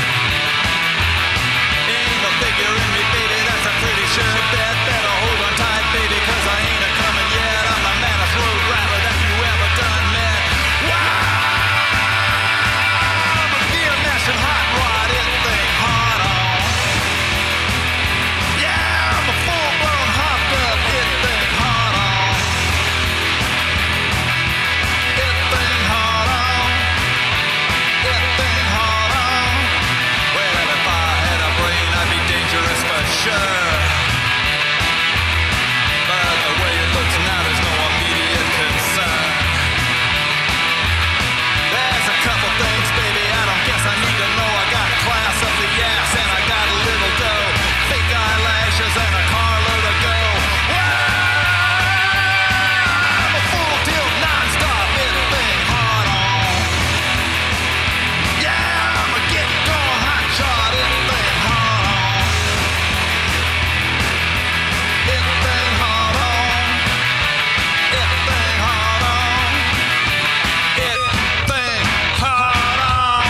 Ain't no figure in me, baby, that's a pretty sure bet. Better hold on tight, baby, 'cause I ain't a-coming yet. I'm the maddest road rattler that you ever done met. Wow! I'm a gear mashing hot rod, it thing hard on. Yeah, I'm a full-blown hopped up, it thing hard on. It thing hard on. It thing hard on. Well, if I had a brain, I'd be dangerous for sure. But the way it looks now, there's no immediate concern. There's a couple things, baby, I don't guess I need to know. I got class up the ass and I got a little dough. Fake eyelashes and a carload of go. I'm a full tilt non-stop, it thing hard on. Yeah, I'm a get going hot shot, it thing hard on. It thing hard on. It thing hard on. It thing hard on.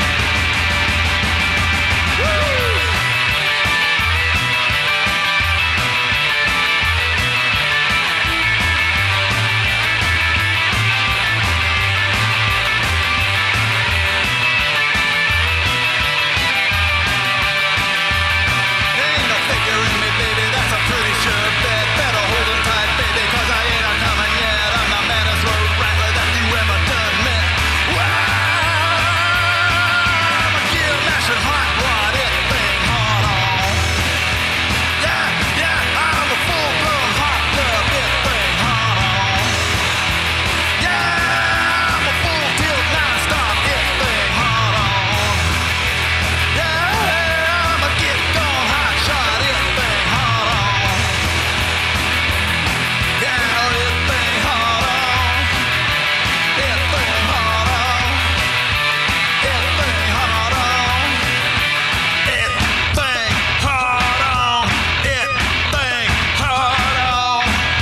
Woo! Ain't no figure in me, baby, that's a pretty sure bet. Better hold on tight, baby, 'cause I ain't a-coming yet. I'm the maddest road rattler that you ever done met. Wow! I'm a gear mashing hot rod, it thing hard on. Yeah, yeah, I'm a full-blown hot dub, it thing hard on. Yeah, I'm a full tilt non-stop, it thing hard on. Yeah, I'm a get going hot shot, it thing hard on. Yeah, it thing hard on. It thing hard on. It thing hard on. It thing hard on. It thing hard on.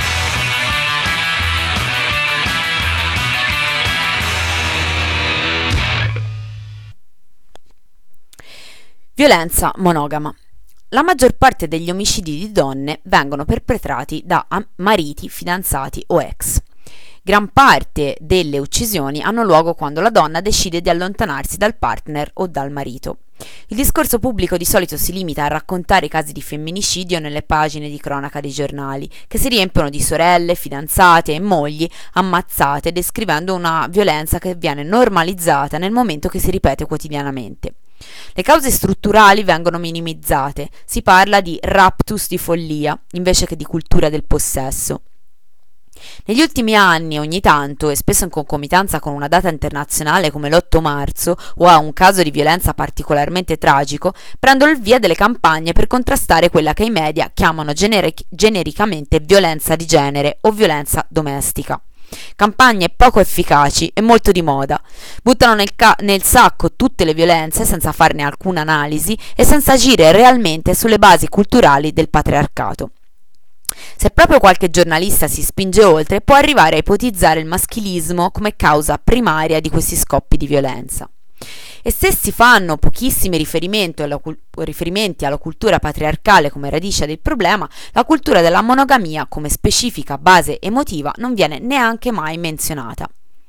Violenza monogama. La maggior parte degli omicidi di donne vengono perpetrati da mariti, fidanzati o ex. Gran parte delle uccisioni hanno luogo quando la donna decide di allontanarsi dal partner o dal marito. Il discorso pubblico di solito si limita a raccontare i casi di femminicidio nelle pagine di cronaca dei giornali, che si riempiono di sorelle, fidanzate e mogli ammazzate, descrivendo una violenza che viene normalizzata nel momento che si ripete quotidianamente. Le cause strutturali vengono minimizzate, si parla di raptus di follia invece che di cultura del possesso. Negli ultimi anni, ogni tanto, e spesso in concomitanza con una data internazionale come l'8 marzo o a un caso di violenza particolarmente tragico, prendono il via delle campagne per contrastare quella che i media chiamano genericamente violenza di genere o violenza domestica. Campagne poco efficaci e molto di moda. Buttano nel sacco tutte le violenze senza farne alcuna analisi e senza agire realmente sulle basi culturali del patriarcato. Se proprio qualche giornalista si spinge oltre, può arrivare a ipotizzare il maschilismo come causa primaria di questi scoppi di violenza. E se si fanno pochissimi riferimenti alla cultura patriarcale come radice del problema, la cultura della monogamia come specifica base emotiva non viene neanche mai menzionata.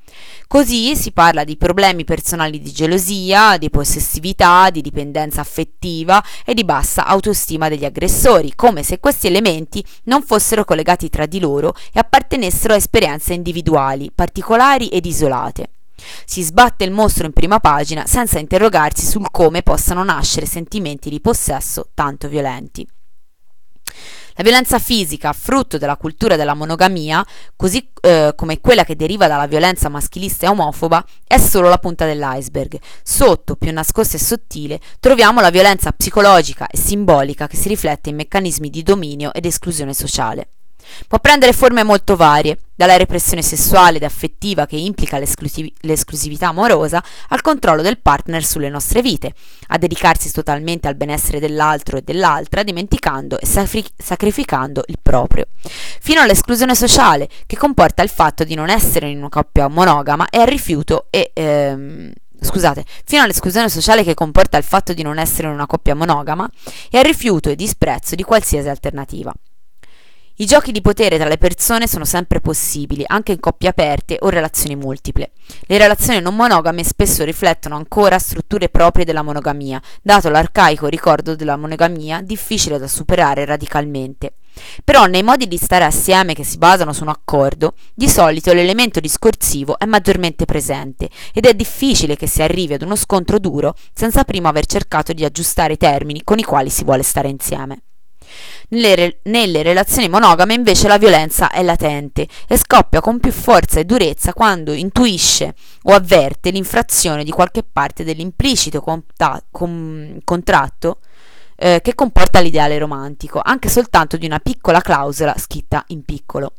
Così si parla di problemi personali di gelosia, di possessività, di dipendenza affettiva e di bassa autostima degli aggressori, come se questi elementi non fossero collegati tra di loro e appartenessero a esperienze individuali, particolari ed isolate. Si sbatte il mostro in prima pagina senza interrogarsi sul come possano nascere sentimenti di possesso tanto violenti. La violenza fisica, frutto della cultura della monogamia, così come quella che deriva dalla violenza maschilista e omofoba, è solo la punta dell'iceberg. Sotto, più nascosta e sottile, troviamo la violenza psicologica e simbolica che si riflette in meccanismi di dominio ed esclusione sociale. Può prendere forme molto varie, dalla repressione sessuale ed affettiva che implica l'esclusività amorosa al controllo del partner sulle nostre vite, a dedicarsi totalmente al benessere dell'altro e dell'altra, dimenticando e sacrificando il proprio, fino all'esclusione sociale che comporta il fatto di non essere in una coppia monogama e al rifiuto fino all'esclusione sociale che comporta il fatto di non essere in una coppia monogama e al rifiuto e disprezzo di qualsiasi alternativa. I giochi di potere tra le persone sono sempre possibili, anche in coppie aperte o relazioni multiple. Le relazioni non monogame spesso riflettono ancora strutture proprie della monogamia, dato l'arcaico ricordo della monogamia difficile da superare radicalmente. Però nei modi di stare assieme che si basano su un accordo, di solito l'elemento discorsivo è maggiormente presente ed è difficile che si arrivi ad uno scontro duro senza prima aver cercato di aggiustare i termini con i quali si vuole stare insieme. Nelle relazioni monogame invece la violenza è latente e scoppia con più forza e durezza quando intuisce o avverte l'infrazione di qualche parte dell'implicito contratto che comporta l'ideale romantico, anche soltanto di una piccola clausola scritta in piccolo.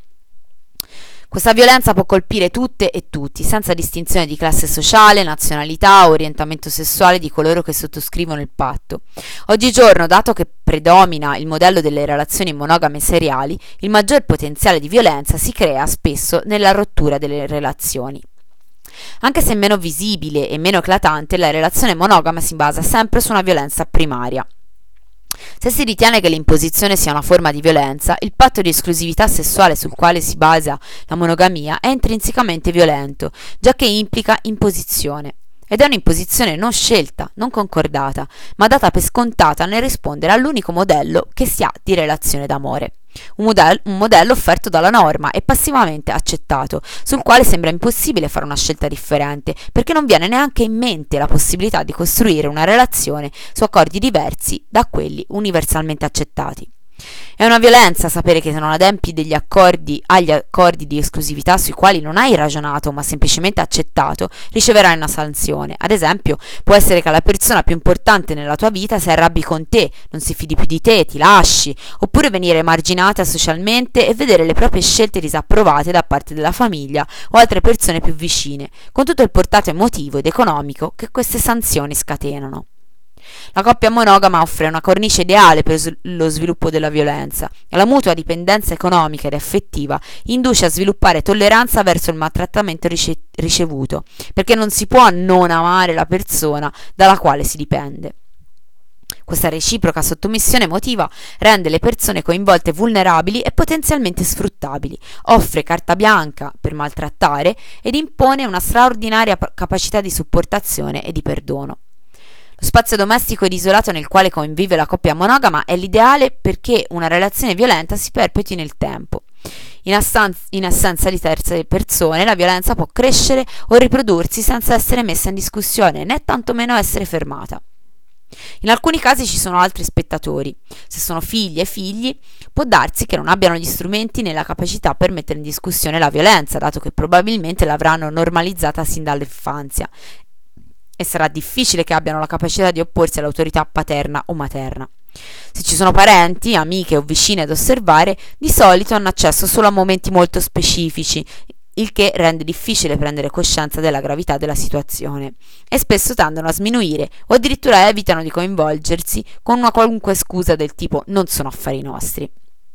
Questa violenza può colpire tutte e tutti, senza distinzione di classe sociale, nazionalità o orientamento sessuale di coloro che sottoscrivono il patto. Oggigiorno, dato che predomina il modello delle relazioni monogame seriali, il maggior potenziale di violenza si crea spesso nella rottura delle relazioni. Anche se meno visibile e meno eclatante, la relazione monogama si basa sempre su una violenza primaria. Se si ritiene che l'imposizione sia una forma di violenza, il patto di esclusività sessuale sul quale si basa la monogamia è intrinsecamente violento, giacché implica imposizione. Ed è un'imposizione non scelta, non concordata, ma data per scontata nel rispondere all'unico modello che si ha di relazione d'amore. Un modello offerto dalla norma e passivamente accettato, sul quale sembra impossibile fare una scelta differente, perché non viene neanche in mente la possibilità di costruire una relazione su accordi diversi da quelli universalmente accettati. È una violenza sapere che se non adempi agli accordi di esclusività sui quali non hai ragionato ma semplicemente accettato, riceverai una sanzione. Ad esempio, può essere che la persona più importante nella tua vita si arrabbi con te, non si fidi più di te, ti lasci, oppure venire emarginata socialmente e vedere le proprie scelte disapprovate da parte della famiglia o altre persone più vicine, con tutto il portato emotivo ed economico che queste sanzioni scatenano. La coppia monogama offre una cornice ideale per lo sviluppo della violenza e la mutua dipendenza economica ed affettiva induce a sviluppare tolleranza verso il maltrattamento ricevuto, perché non si può non amare la persona dalla quale si dipende. Questa reciproca sottomissione emotiva rende le persone coinvolte vulnerabili e potenzialmente sfruttabili, offre carta bianca per maltrattare ed impone una straordinaria capacità di supportazione e di perdono. Lo spazio domestico ed isolato nel quale convive la coppia monogama è l'ideale perché una relazione violenta si perpetui nel tempo. In assenza di terze persone, la violenza può crescere o riprodursi senza essere messa in discussione, né tantomeno essere fermata. In alcuni casi ci sono altri spettatori. Se sono figlie e figli, può darsi che non abbiano gli strumenti né la capacità per mettere in discussione la violenza, dato che probabilmente l'avranno normalizzata sin dall'infanzia. E sarà difficile che abbiano la capacità di opporsi all'autorità paterna o materna. Se ci sono parenti, amiche o vicine ad osservare, di solito hanno accesso solo a momenti molto specifici, il che rende difficile prendere coscienza della gravità della situazione, e spesso tendono a sminuire o addirittura evitano di coinvolgersi con una qualunque scusa del tipo «non sono affari nostri».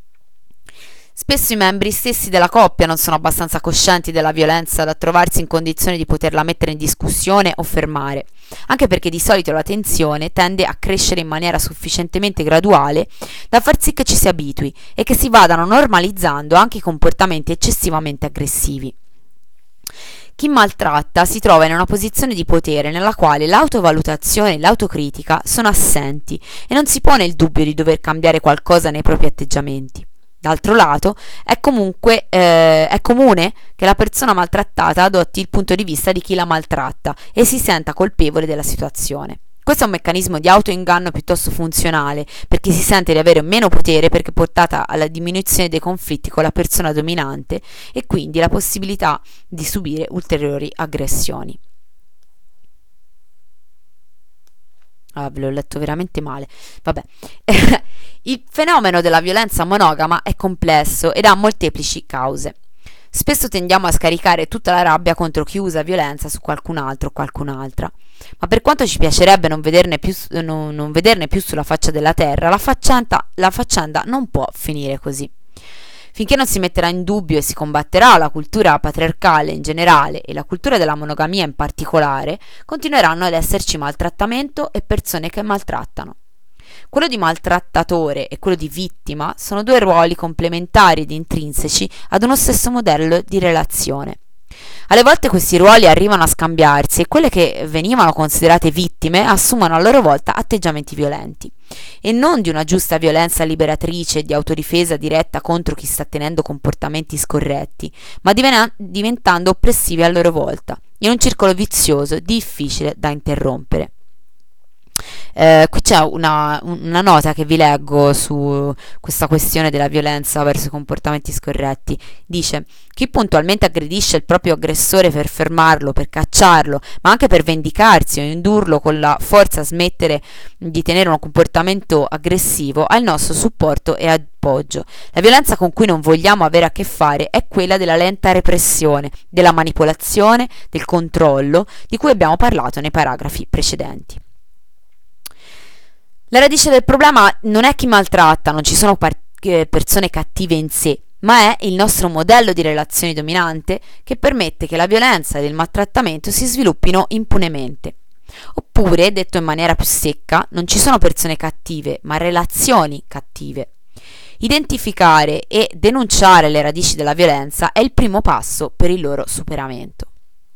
Spesso i membri stessi della coppia non sono abbastanza coscienti della violenza da trovarsi in condizione di poterla mettere in discussione o fermare, anche perché di solito la tensione tende a crescere in maniera sufficientemente graduale da far sì che ci si abitui e che si vadano normalizzando anche i comportamenti eccessivamente aggressivi. Chi maltratta si trova in una posizione di potere nella quale l'autovalutazione e l'autocritica sono assenti e non si pone il dubbio di dover cambiare qualcosa nei propri atteggiamenti. D'altro lato, è comune che la persona maltrattata adotti il punto di vista di chi la maltratta e si senta colpevole della situazione. Questo è un meccanismo di autoinganno piuttosto funzionale, perché si sente di avere meno potere perché portata alla diminuzione dei conflitti con la persona dominante e quindi la possibilità di subire ulteriori aggressioni. Ah, ve l'ho letto veramente male. Vabbè. Il fenomeno della violenza monogama è complesso ed ha molteplici cause. Spesso tendiamo a scaricare tutta la rabbia contro chi usa violenza su qualcun altro o qualcun'altra. Ma per quanto ci piacerebbe non vederne più sulla faccia della terra, la faccenda non può finire così. Finché non si metterà in dubbio e si combatterà la cultura patriarcale in generale e la cultura della monogamia in particolare, continueranno ad esserci maltrattamento e persone che maltrattano. Quello di maltrattatore e quello di vittima sono due ruoli complementari ed intrinseci ad uno stesso modello di relazione. Alle volte questi ruoli arrivano a scambiarsi e quelle che venivano considerate vittime assumono a loro volta atteggiamenti violenti. E non di una giusta violenza liberatrice e di autodifesa diretta contro chi sta tenendo comportamenti scorretti, ma diventando oppressivi a loro volta, in un circolo vizioso difficile da interrompere. Qui c'è una nota che vi leggo su questa questione della violenza verso i comportamenti scorretti. Dice: chi puntualmente aggredisce il proprio aggressore per fermarlo, per cacciarlo, ma anche per vendicarsi o indurlo con la forza a smettere di tenere un comportamento aggressivo, ha il nostro supporto e appoggio. La violenza con cui non vogliamo avere a che fare è quella della lenta repressione, della manipolazione, del controllo, di cui abbiamo parlato nei paragrafi precedenti. La radice del problema non è chi maltratta, non ci sono persone cattive in sé, ma è il nostro modello di relazione dominante che permette che la violenza e il maltrattamento si sviluppino impunemente. Oppure, detto in maniera più secca, non ci sono persone cattive, ma relazioni cattive. Identificare e denunciare le radici della violenza è il primo passo per il loro superamento.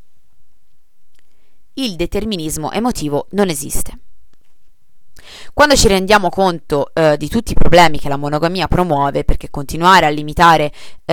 Il determinismo emotivo non esiste. Quando ci rendiamo conto di tutti i problemi che la monogamia promuove, perché continuare a limitare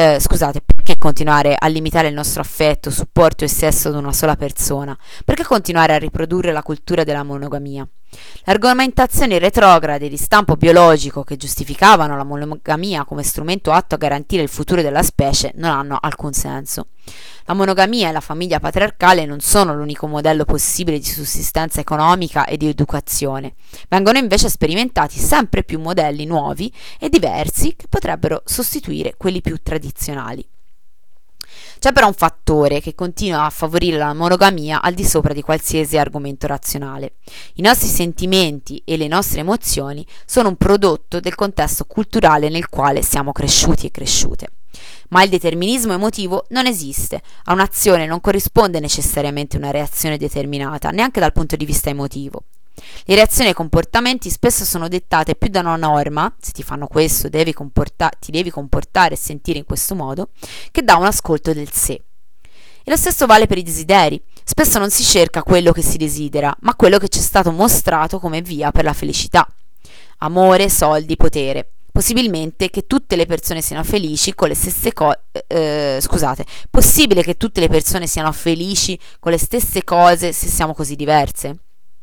il nostro affetto, supporto e sesso ad una sola persona? Perché continuare a riprodurre la cultura della monogamia? Le argomentazioni retrograde di stampo biologico che giustificavano la monogamia come strumento atto a garantire il futuro della specie non hanno alcun senso. La monogamia e la famiglia patriarcale non sono l'unico modello possibile di sussistenza economica e di educazione. Vengono invece sperimentati sempre più modelli nuovi e diversi che potrebbero sostituire quelli più tradizionali. C'è però un fattore che continua a favorire la monogamia al di sopra di qualsiasi argomento razionale. I nostri sentimenti e le nostre emozioni sono un prodotto del contesto culturale nel quale siamo cresciuti e cresciute. Ma il determinismo emotivo non esiste. A un'azione non corrisponde necessariamente una reazione determinata, neanche dal punto di vista emotivo. Le reazioni ai comportamenti spesso sono dettate più da una norma, se ti fanno questo ti devi comportare e sentire in questo modo, che da un ascolto del sé. E lo stesso vale per i desideri. Spesso non si cerca quello che si desidera, ma quello che ci è stato mostrato come via per la felicità. Amore, soldi, potere. Possibilmente che tutte le persone siano felici con le stesse possibile che tutte le persone siano felici con le stesse cose se siamo così diverse?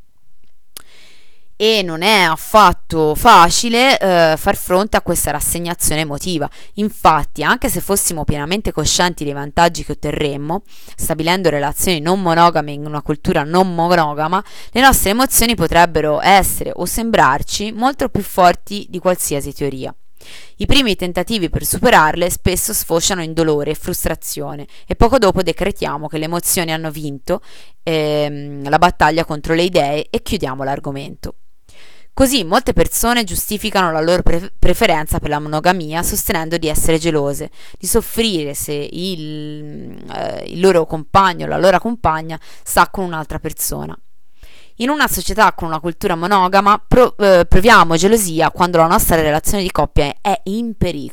E non è affatto facile far fronte a questa rassegnazione emotiva. Infatti, anche se fossimo pienamente coscienti dei vantaggi che otterremmo, stabilendo relazioni non monogame in una cultura non monogama, le nostre emozioni potrebbero essere o sembrarci molto più forti di qualsiasi teoria. I primi tentativi per superarle spesso sfociano in dolore e frustrazione e poco dopo decretiamo che le emozioni hanno vinto la battaglia contro le idee e chiudiamo l'argomento. Così molte persone giustificano la loro preferenza per la monogamia sostenendo di essere gelose, di soffrire se il loro compagno o la loro compagna sta con un'altra persona. In una società con una cultura monogama proviamo gelosia quando la nostra relazione di coppia è in pericolo.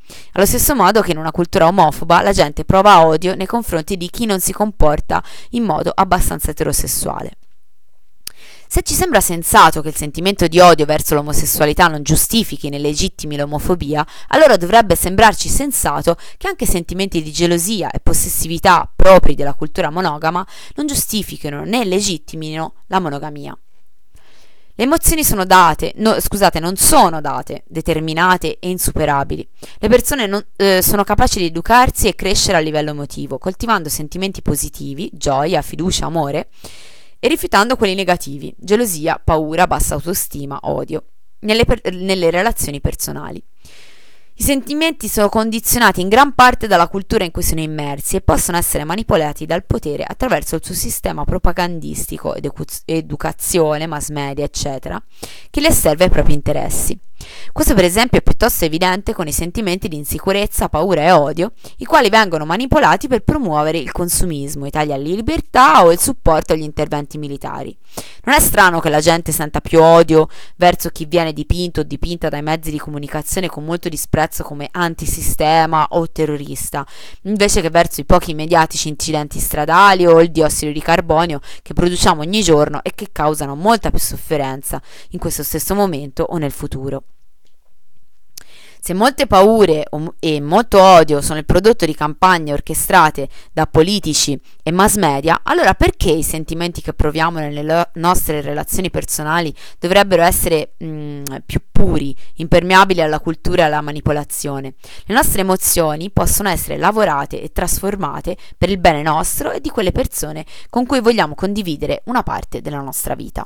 Allo stesso modo che in una cultura omofoba la gente prova odio nei confronti di chi non si comporta in modo abbastanza eterosessuale. Se ci sembra sensato che il sentimento di odio verso l'omosessualità non giustifichi né legittimi l'omofobia, allora dovrebbe sembrarci sensato che anche sentimenti di gelosia e possessività propri della cultura monogama non giustifichino né legittimino la monogamia. Le emozioni non sono date, determinate e insuperabili. Le persone sono capaci di educarsi e crescere a livello emotivo, coltivando sentimenti positivi, gioia, fiducia, amore, e rifiutando quelli negativi, gelosia, paura, bassa autostima, odio, nelle relazioni personali. I sentimenti sono condizionati in gran parte dalla cultura in cui sono immersi e possono essere manipolati dal potere attraverso il suo sistema propagandistico, educazione, mass media, eccetera, che le serve ai propri interessi. Questo per esempio è piuttosto evidente con i sentimenti di insicurezza, paura e odio, i quali vengono manipolati per promuovere il consumismo, i tagli alla libertà o il supporto agli interventi militari. Non è strano che la gente senta più odio verso chi viene dipinto o dipinta dai mezzi di comunicazione con molto disprezzo come antisistema o terrorista, invece che verso i pochi mediatici incidenti stradali o il diossido di carbonio che produciamo ogni giorno e che causano molta più sofferenza in questo stesso momento o nel futuro. Se molte paure e molto odio sono il prodotto di campagne orchestrate da politici e mass media, allora perché i sentimenti che proviamo nelle nostre relazioni personali dovrebbero essere più puri, impermeabili alla cultura e alla manipolazione? Le nostre emozioni possono essere lavorate e trasformate per il bene nostro e di quelle persone con cui vogliamo condividere una parte della nostra vita.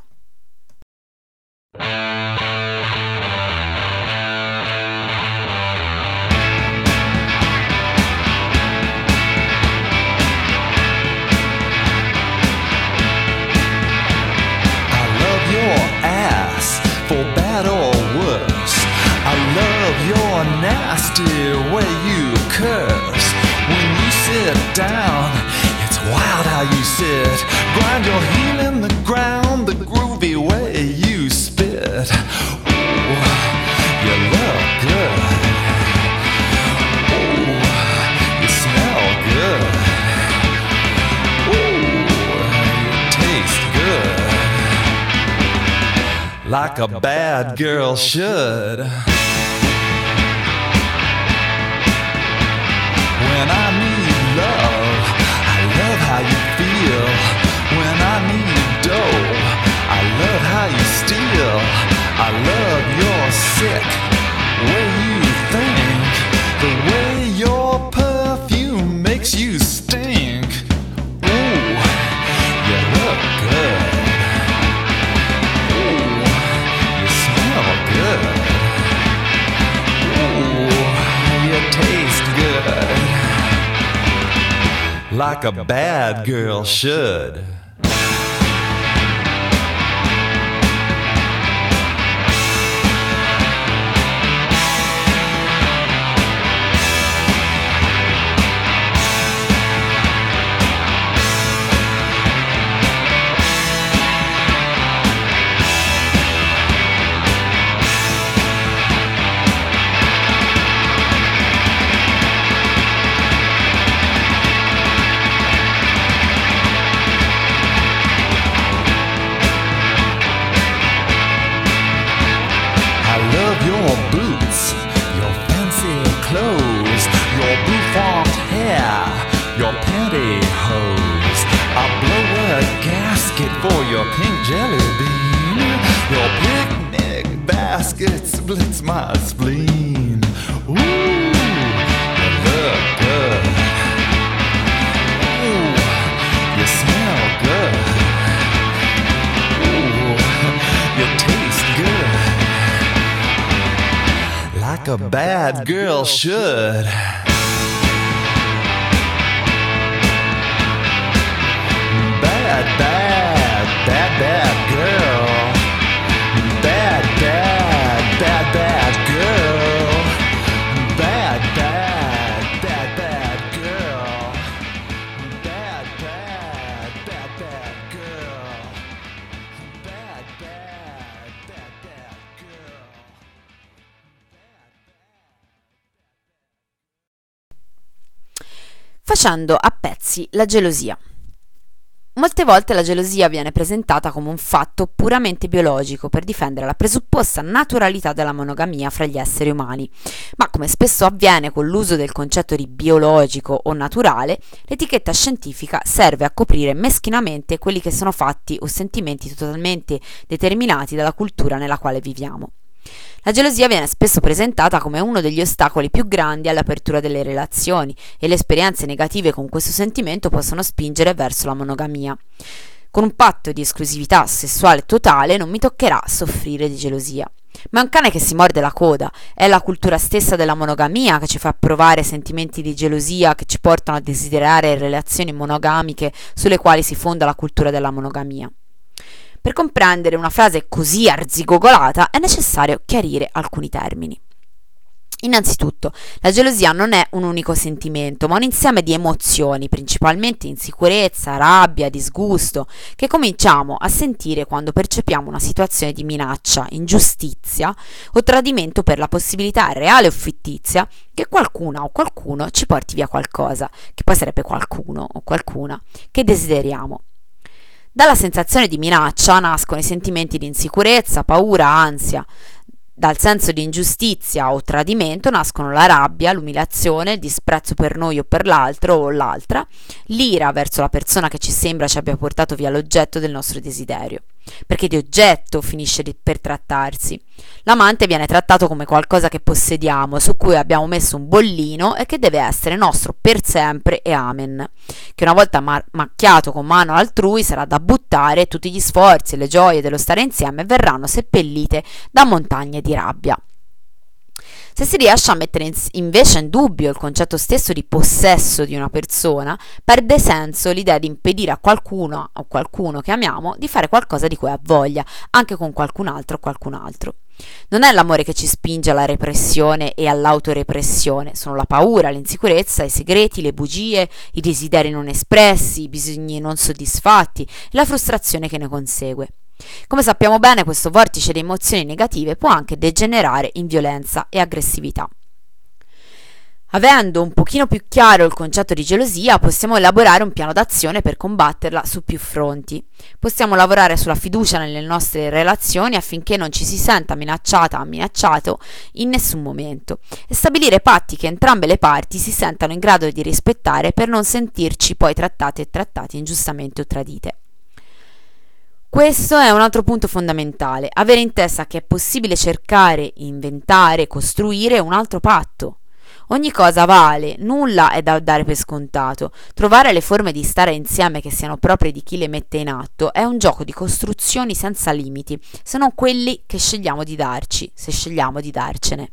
For bad or worse, I love your nasty way you curse. When you sit down, it's wild how you sit. Grind your heel in the ground, the groovy way you spit. Ooh, you look good. Ooh, you smell good. Ooh, you taste good. Like a bad girl should. When I need love, I love how you feel. When I need dough, I love how you steal. I love your sick way you think, the way your perfume makes you stink. Ooh, you look good. Good. Ooh, you taste good. Like a bad girl should. Your boots, your fancy clothes, your bouffant hair, your pantyhose. I'll blow a gasket for your pink jelly bean. Your picnic basket splits my spleen. Ooh, you look good. Ooh, you smell good. Ooh, you taste good. Like a bad girl should. Bad, bad, bad, bad girl. Bad, bad, bad, bad girl. Bad, bad, bad, bad girl. Bad, bad, bad, bad girl. Bad, bad, bad, bad girl. facendo a pezzi la gelosia. Molte volte la gelosia viene presentata come un fatto puramente biologico per difendere la presupposta naturalità della monogamia fra gli esseri umani, ma come spesso avviene con l'uso del concetto di biologico o naturale, l'etichetta scientifica serve a coprire meschinamente quelli che sono fatti o sentimenti totalmente determinati dalla cultura nella quale viviamo. La gelosia viene spesso presentata come uno degli ostacoli più grandi all'apertura delle relazioni e le esperienze negative con questo sentimento possono spingere verso la monogamia. Con un patto di esclusività sessuale totale non mi toccherà soffrire di gelosia. Ma è un cane che si morde la coda, è la cultura stessa della monogamia che ci fa provare sentimenti di gelosia che ci portano a desiderare relazioni monogamiche sulle quali si fonda la cultura della monogamia. Per comprendere una frase così arzigogolata è necessario chiarire alcuni termini. Innanzitutto, la gelosia non è un unico sentimento, ma un insieme di emozioni, principalmente insicurezza, rabbia, disgusto, che cominciamo a sentire quando percepiamo una situazione di minaccia, ingiustizia o tradimento per la possibilità reale o fittizia che qualcuna o qualcuno ci porti via qualcosa, che poi sarebbe qualcuno o qualcuna, che desideriamo. Dalla sensazione di minaccia nascono i sentimenti di insicurezza, paura, ansia. Dal senso di ingiustizia o tradimento nascono la rabbia, l'umiliazione, il disprezzo per noi o per l'altro o l'altra, l'ira verso la persona che ci sembra ci abbia portato via l'oggetto del nostro desiderio, perché di oggetto finisce per trattarsi. L'amante viene trattato come qualcosa che possediamo, su cui abbiamo messo un bollino e che deve essere nostro per sempre e amen, che una volta macchiato con mano altrui sarà da buttare e tutti gli sforzi e le gioie dello stare insieme verranno seppellite da montagne di rabbia. Se si riesce a mettere invece in dubbio il concetto stesso di possesso di una persona, perde senso l'idea di impedire a qualcuno o qualcuno che amiamo di fare qualcosa di cui ha voglia, anche con qualcun altro o qualcun altro. Non è l'amore che ci spinge alla repressione e all'autorepressione, sono la paura, l'insicurezza, i segreti, le bugie, i desideri non espressi, i bisogni non soddisfatti e la frustrazione che ne consegue. Come sappiamo bene, questo vortice di emozioni negative può anche degenerare in violenza e aggressività. Avendo un pochino più chiaro il concetto di gelosia, possiamo elaborare un piano d'azione per combatterla su più fronti. Possiamo lavorare sulla fiducia nelle nostre relazioni affinché non ci si senta minacciata o minacciato in nessun momento e stabilire patti che entrambe le parti si sentano in grado di rispettare per non sentirci poi trattate e trattati ingiustamente o tradite. Questo è un altro punto fondamentale, avere in testa che è possibile cercare, inventare, costruire un altro patto. Ogni cosa vale, nulla è da dare per scontato. Trovare le forme di stare insieme che siano proprie di chi le mette in atto è un gioco di costruzioni senza limiti, se non quelli che scegliamo di darci, se scegliamo di darcene.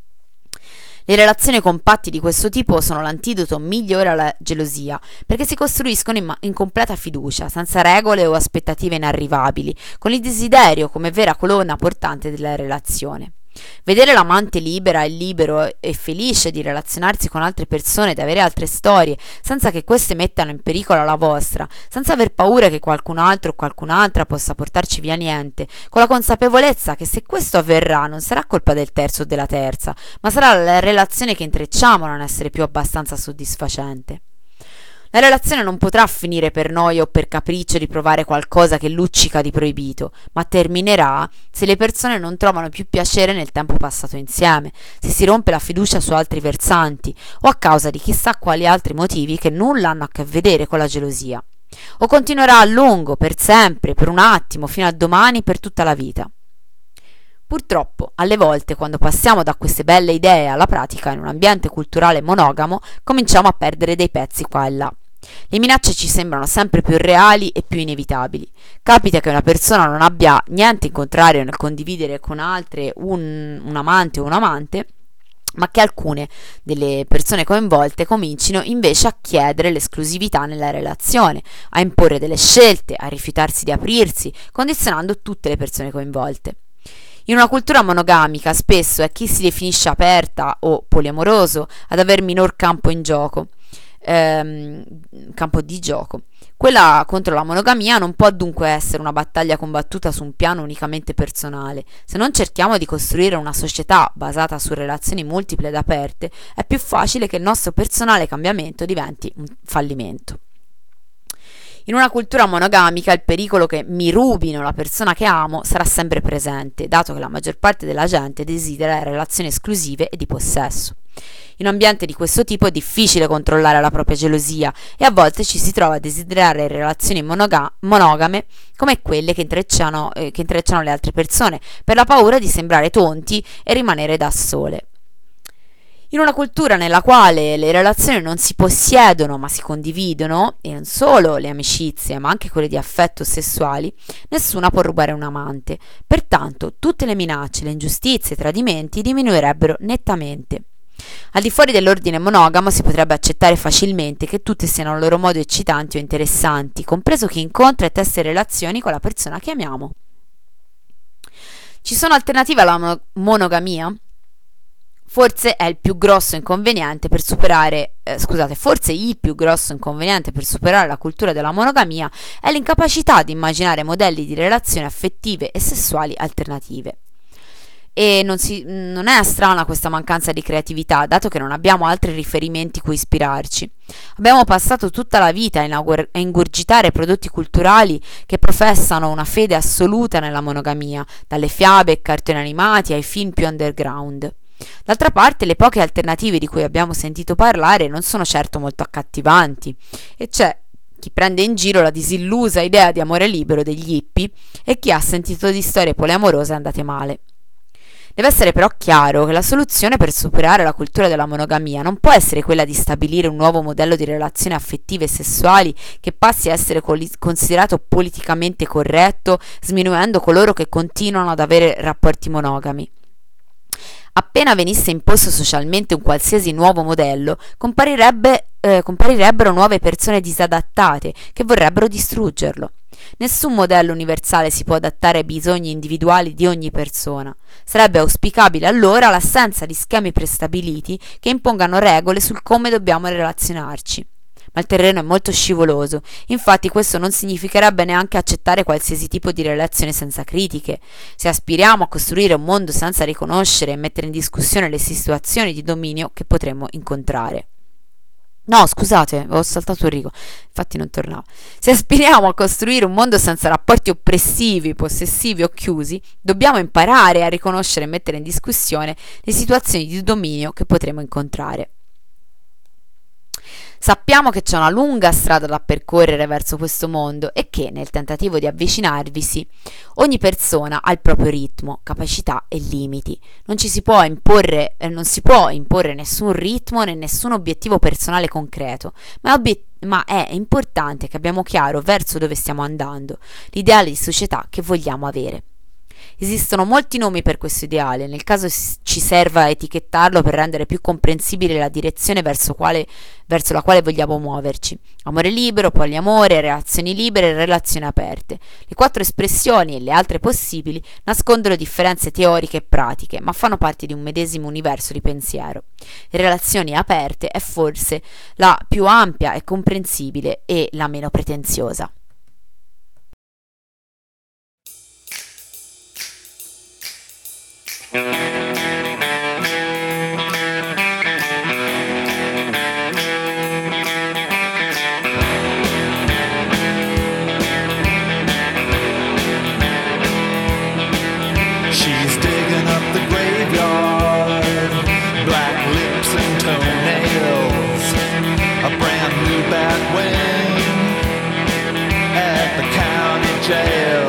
Le relazioni con patti di questo tipo sono l'antidoto migliore alla gelosia, perché si costruiscono in completa fiducia, senza regole o aspettative inarrivabili, con il desiderio come vera colonna portante della relazione. Vedere l'amante libera e libero e felice di relazionarsi con altre persone e di avere altre storie, senza che queste mettano in pericolo la vostra, senza aver paura che qualcun altro o qualcun'altra possa portarci via niente, con la consapevolezza che se questo avverrà non sarà colpa del terzo o della terza, ma sarà la relazione che intrecciamo a non essere più abbastanza soddisfacente. La relazione non potrà finire per noia o per capriccio di provare qualcosa che luccica di proibito, ma terminerà se le persone non trovano più piacere nel tempo passato insieme, se si rompe la fiducia su altri versanti o a causa di chissà quali altri motivi che nulla hanno a che vedere con la gelosia. O continuerà a lungo, per sempre, per un attimo, fino a domani, per tutta la vita. Purtroppo, alle volte, quando passiamo da queste belle idee alla pratica in un ambiente culturale monogamo, cominciamo a perdere dei pezzi qua e là. Le minacce ci sembrano sempre più reali e più inevitabili. Capita che una persona non abbia niente in contrario nel condividere con altre un amante o un amante, ma che alcune delle persone coinvolte comincino invece a chiedere l'esclusività nella relazione, a imporre delle scelte, a rifiutarsi di aprirsi, condizionando tutte le persone coinvolte. In una cultura monogamica spesso è chi si definisce aperta o poliamoroso ad aver minor campo in gioco. campo di gioco. Quella contro la monogamia non può dunque essere una battaglia combattuta su un piano unicamente personale. Se non cerchiamo di costruire una società basata su relazioni multiple ed aperte, è più facile che il nostro personale cambiamento diventi un fallimento. In una cultura monogamica il pericolo che mi rubino la persona che amo sarà sempre presente, dato che la maggior parte della gente desidera relazioni esclusive e di possesso. In un ambiente di questo tipo è difficile controllare la propria gelosia e a volte ci si trova a desiderare relazioni monogame come quelle che intrecciano le altre persone, per la paura di sembrare tonti e rimanere da sole. In una cultura nella quale le relazioni non si possiedono ma si condividono, e non solo le amicizie ma anche quelle di affetto sessuali, nessuna può rubare un amante. Pertanto tutte le minacce, le ingiustizie e i tradimenti diminuirebbero nettamente. Al di fuori dell'ordine monogamo si potrebbe accettare facilmente che tutte siano a loro modo eccitanti o interessanti, compreso chi incontra e testa relazioni con la persona che amiamo. Ci sono alternative alla monogamia? Forse il più grosso inconveniente per superare la cultura della monogamia è l'incapacità di immaginare modelli di relazioni affettive e sessuali alternative. E non è strana questa mancanza di creatività, dato che non abbiamo altri riferimenti cui ispirarci. Abbiamo passato tutta la vita a ingurgitare prodotti culturali che professano una fede assoluta nella monogamia, dalle fiabe e cartoni animati ai film più underground. D'altra parte, le poche alternative di cui abbiamo sentito parlare non sono certo molto accattivanti, e c'è chi prende in giro la disillusa idea di amore libero degli hippie e chi ha sentito di storie poliamorose andate male. Deve essere però chiaro che la soluzione per superare la cultura della monogamia non può essere quella di stabilire un nuovo modello di relazioni affettive e sessuali che passi a essere considerato politicamente corretto, sminuendo coloro che continuano ad avere rapporti monogami. Appena venisse imposto socialmente un qualsiasi nuovo modello, comparirebbero nuove persone disadattate che vorrebbero distruggerlo. Nessun modello universale si può adattare ai bisogni individuali di ogni persona. Sarebbe auspicabile allora l'assenza di schemi prestabiliti che impongano regole sul come dobbiamo relazionarci. Ma il terreno è molto scivoloso, infatti questo non significherebbe neanche accettare qualsiasi tipo di relazione senza critiche. Se aspiriamo a costruire un mondo senza riconoscere e mettere in discussione le situazioni di dominio che potremmo incontrare. No, scusate, ho saltato un rigo, infatti non tornavo. Se aspiriamo a costruire un mondo senza rapporti oppressivi, possessivi o chiusi, dobbiamo imparare a riconoscere e mettere in discussione le situazioni di dominio che potremo incontrare. Sappiamo che c'è una lunga strada da percorrere verso questo mondo e che, nel tentativo di avvicinarvisi, ogni persona ha il proprio ritmo, capacità e limiti. Non si può imporre nessun ritmo né nessun obiettivo personale concreto, ma è importante che abbiamo chiaro verso dove stiamo andando, l'ideale di società che vogliamo avere. Esistono molti nomi per questo ideale, nel caso ci serva etichettarlo per rendere più comprensibile la direzione verso la quale vogliamo muoverci. Amore libero, poliamore, relazioni libere e relazioni aperte. Le 4 espressioni e le altre possibili nascondono differenze teoriche e pratiche, ma fanno parte di un medesimo universo di pensiero. Le relazioni aperte è forse la più ampia e comprensibile e la meno pretenziosa. She's digging up the graveyard, black lips and toenails, a brand new bat wing at the county jail.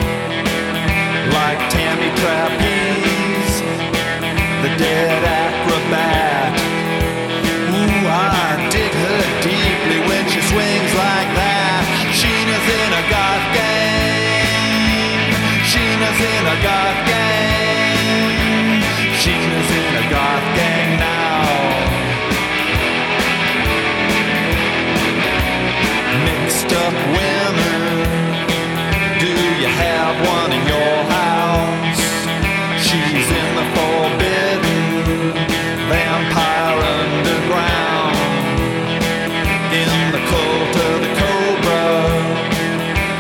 Like Tammy Trapeze, the dead acrobat. Ooh, I dig her deeply when she swings like that. Sheena's in a goth gang. Sheena's in a goth gang. Sheena's in a goth gang now. Mixed up women, do you have one in your house? She's in the forbidden vampire underground.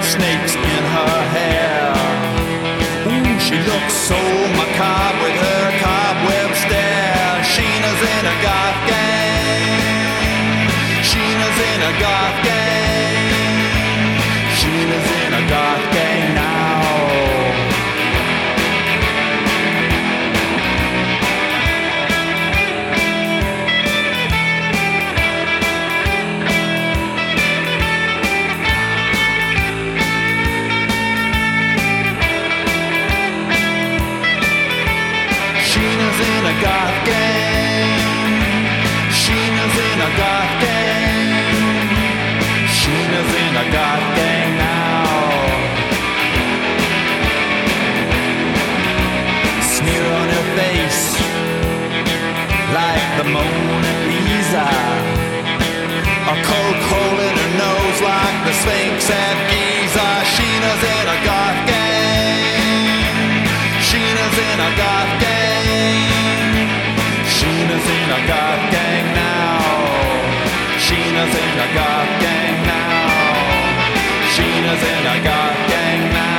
snakes in her hair. Ooh, she looks so macabre with her cobweb stare. Sheena's in a goth gang. Sheena's in a goth gang. Sheena's in a goth gang now. Sheena's in a goth gang. Sheena's in a goth gang. Sheena's in a goth gang now. Smear on her face like the Mona Lisa. A cold hole in her nose like the Sphinx at Giza. Sheena's in a goth gang. Sheena's in a goth gang. Sheena's in a goth gang now. Sheena's in a goth gang now. Sheena's in a goth gang now.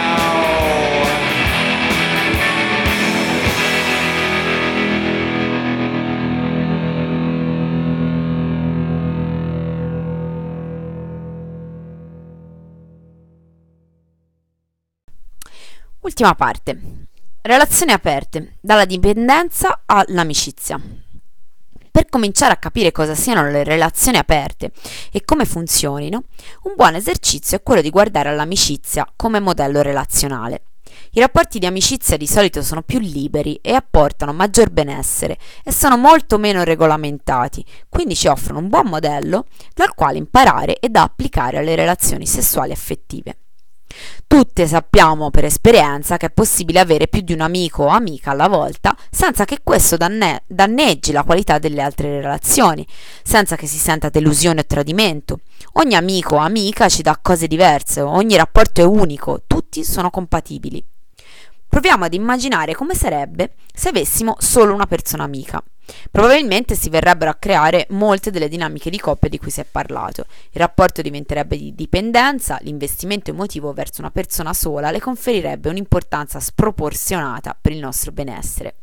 Ultima parte. Relazioni aperte, dalla dipendenza all'amicizia. Per cominciare a capire cosa siano le relazioni aperte e come funzionino, un buon esercizio è quello di guardare all'amicizia come modello relazionale. I rapporti di amicizia di solito sono più liberi e apportano maggior benessere e sono molto meno regolamentati, quindi ci offrono un buon modello dal quale imparare e da applicare alle relazioni sessuali affettive. Tutte sappiamo per esperienza che è possibile avere più di un amico o amica alla volta senza che questo danneggi la qualità delle altre relazioni, senza che si senta delusione o tradimento. Ogni amico o amica ci dà cose diverse, ogni rapporto è unico, tutti sono compatibili. Proviamo ad immaginare come sarebbe se avessimo solo una persona amica. Probabilmente si verrebbero a creare molte delle dinamiche di coppia di cui si è parlato. Il rapporto diventerebbe di dipendenza, l'investimento emotivo verso una persona sola le conferirebbe un'importanza sproporzionata per il nostro benessere.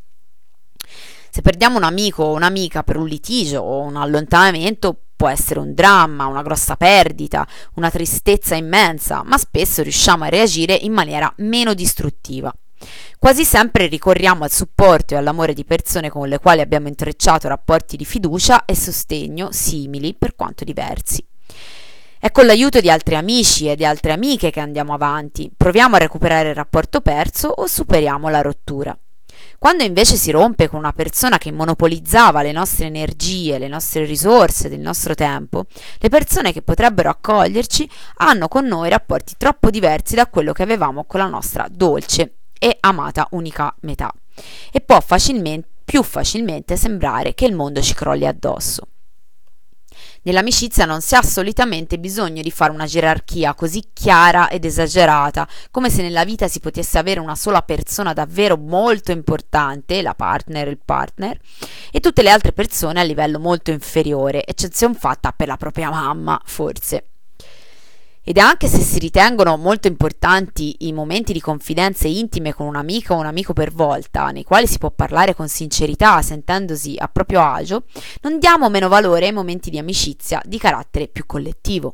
Se perdiamo un amico o un'amica per un litigio o un allontanamento, può essere un dramma, una grossa perdita, una tristezza immensa, ma spesso riusciamo a reagire in maniera meno distruttiva. Quasi sempre ricorriamo al supporto e all'amore di persone con le quali abbiamo intrecciato rapporti di fiducia e sostegno simili per quanto diversi. È con l'aiuto di altri amici e di altre amiche che andiamo avanti, proviamo a recuperare il rapporto perso o superiamo la rottura. Quando invece si rompe con una persona che monopolizzava le nostre energie, le nostre risorse, del nostro tempo, le persone che potrebbero accoglierci hanno con noi rapporti troppo diversi da quello che avevamo con la nostra dolce e amata unica metà, e può più facilmente sembrare che il mondo ci crolli addosso. Nell'amicizia non si ha solitamente bisogno di fare una gerarchia così chiara ed esagerata, come se nella vita si potesse avere una sola persona davvero molto importante, la partner, il partner, e tutte le altre persone a livello molto inferiore, eccezion fatta per la propria mamma, forse. Ed anche se si ritengono molto importanti i momenti di confidenze intime con un'amica o un amico per volta, nei quali si può parlare con sincerità, sentendosi a proprio agio, non diamo meno valore ai momenti di amicizia di carattere più collettivo.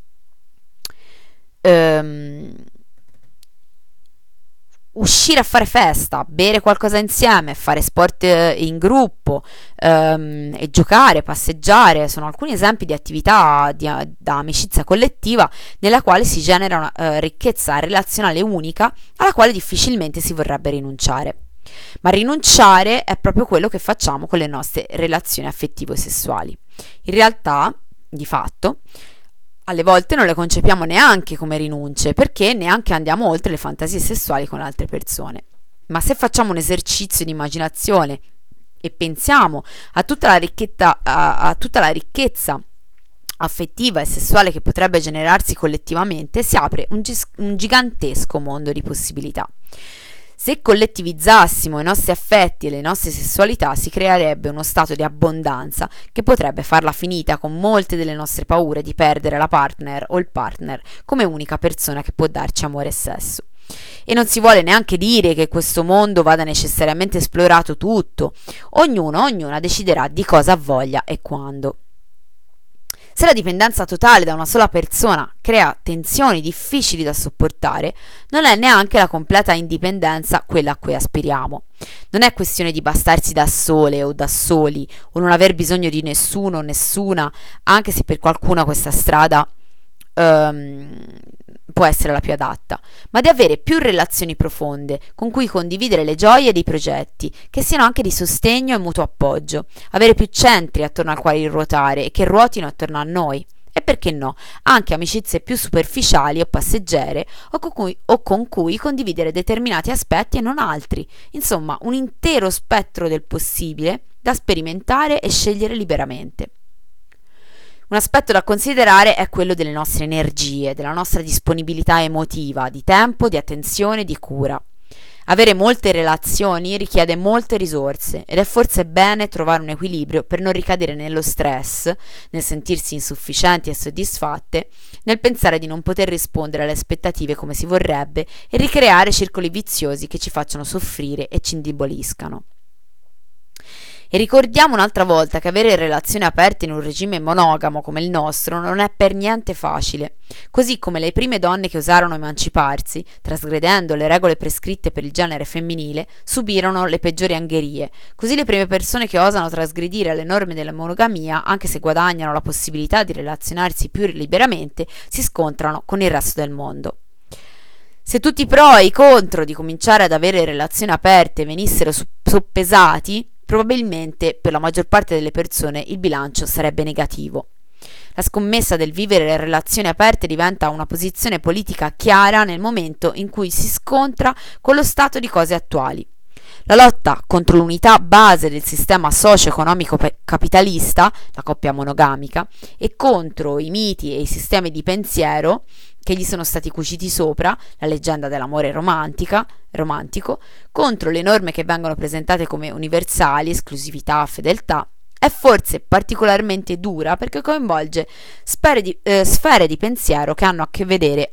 Uscire a fare festa, bere qualcosa insieme, fare sport in gruppo e giocare, passeggiare sono alcuni esempi di attività da amicizia collettiva nella quale si genera una ricchezza relazionale unica alla quale difficilmente si vorrebbe rinunciare. Ma rinunciare è proprio quello che facciamo con le nostre relazioni affettivo-sessuali. In realtà, di fatto, alle volte non le concepiamo neanche come rinunce, perché neanche andiamo oltre le fantasie sessuali con altre persone. Ma se facciamo un esercizio di immaginazione e pensiamo a tutta la ricchezza affettiva e sessuale che potrebbe generarsi collettivamente, si apre un gigantesco mondo di possibilità. Se collettivizzassimo i nostri affetti e le nostre sessualità, si creerebbe uno stato di abbondanza che potrebbe farla finita con molte delle nostre paure di perdere la partner o il partner come unica persona che può darci amore e sesso. E non si vuole neanche dire che questo mondo vada necessariamente esplorato tutto. Ognuna deciderà di cosa ha voglia e quando. Se la dipendenza totale da una sola persona crea tensioni difficili da sopportare, non è neanche la completa indipendenza quella a cui aspiriamo. Non è questione di bastarsi da sole o da soli, o non aver bisogno di nessuno o nessuna, anche se per qualcuno questa strada può essere la più adatta, ma di avere più relazioni profonde con cui condividere le gioie dei progetti, che siano anche di sostegno e mutuo appoggio, avere più centri attorno al quale ruotare e che ruotino attorno a noi, e perché no, anche amicizie più superficiali o passeggere o con cui condividere determinati aspetti e non altri, insomma un intero spettro del possibile da sperimentare e scegliere liberamente. Un aspetto da considerare è quello delle nostre energie, della nostra disponibilità emotiva, di tempo, di attenzione, di cura. Avere molte relazioni richiede molte risorse ed è forse bene trovare un equilibrio per non ricadere nello stress, nel sentirsi insufficienti e soddisfatte, nel pensare di non poter rispondere alle aspettative come si vorrebbe e ricreare circoli viziosi che ci facciano soffrire e ci indeboliscano. E ricordiamo un'altra volta che avere relazioni aperte in un regime monogamo come il nostro non è per niente facile, così come le prime donne che osarono emanciparsi, trasgredendo le regole prescritte per il genere femminile, subirono le peggiori angherie, così le prime persone che osano trasgredire le norme della monogamia, anche se guadagnano la possibilità di relazionarsi più liberamente, si scontrano con il resto del mondo. Se tutti i pro e i contro di cominciare ad avere relazioni aperte venissero soppesati, probabilmente per la maggior parte delle persone il bilancio sarebbe negativo. La scommessa del vivere relazioni aperte diventa una posizione politica chiara nel momento in cui si scontra con lo stato di cose attuali. La lotta contro l'unità base del sistema socio-economico capitalista, la coppia monogamica, e contro i miti e i sistemi di pensiero che gli sono stati cuciti sopra, la leggenda dell'amore romantico, contro le norme che vengono presentate come universali, esclusività, fedeltà, è forse particolarmente dura perché coinvolge sfere di pensiero che hanno a che vedere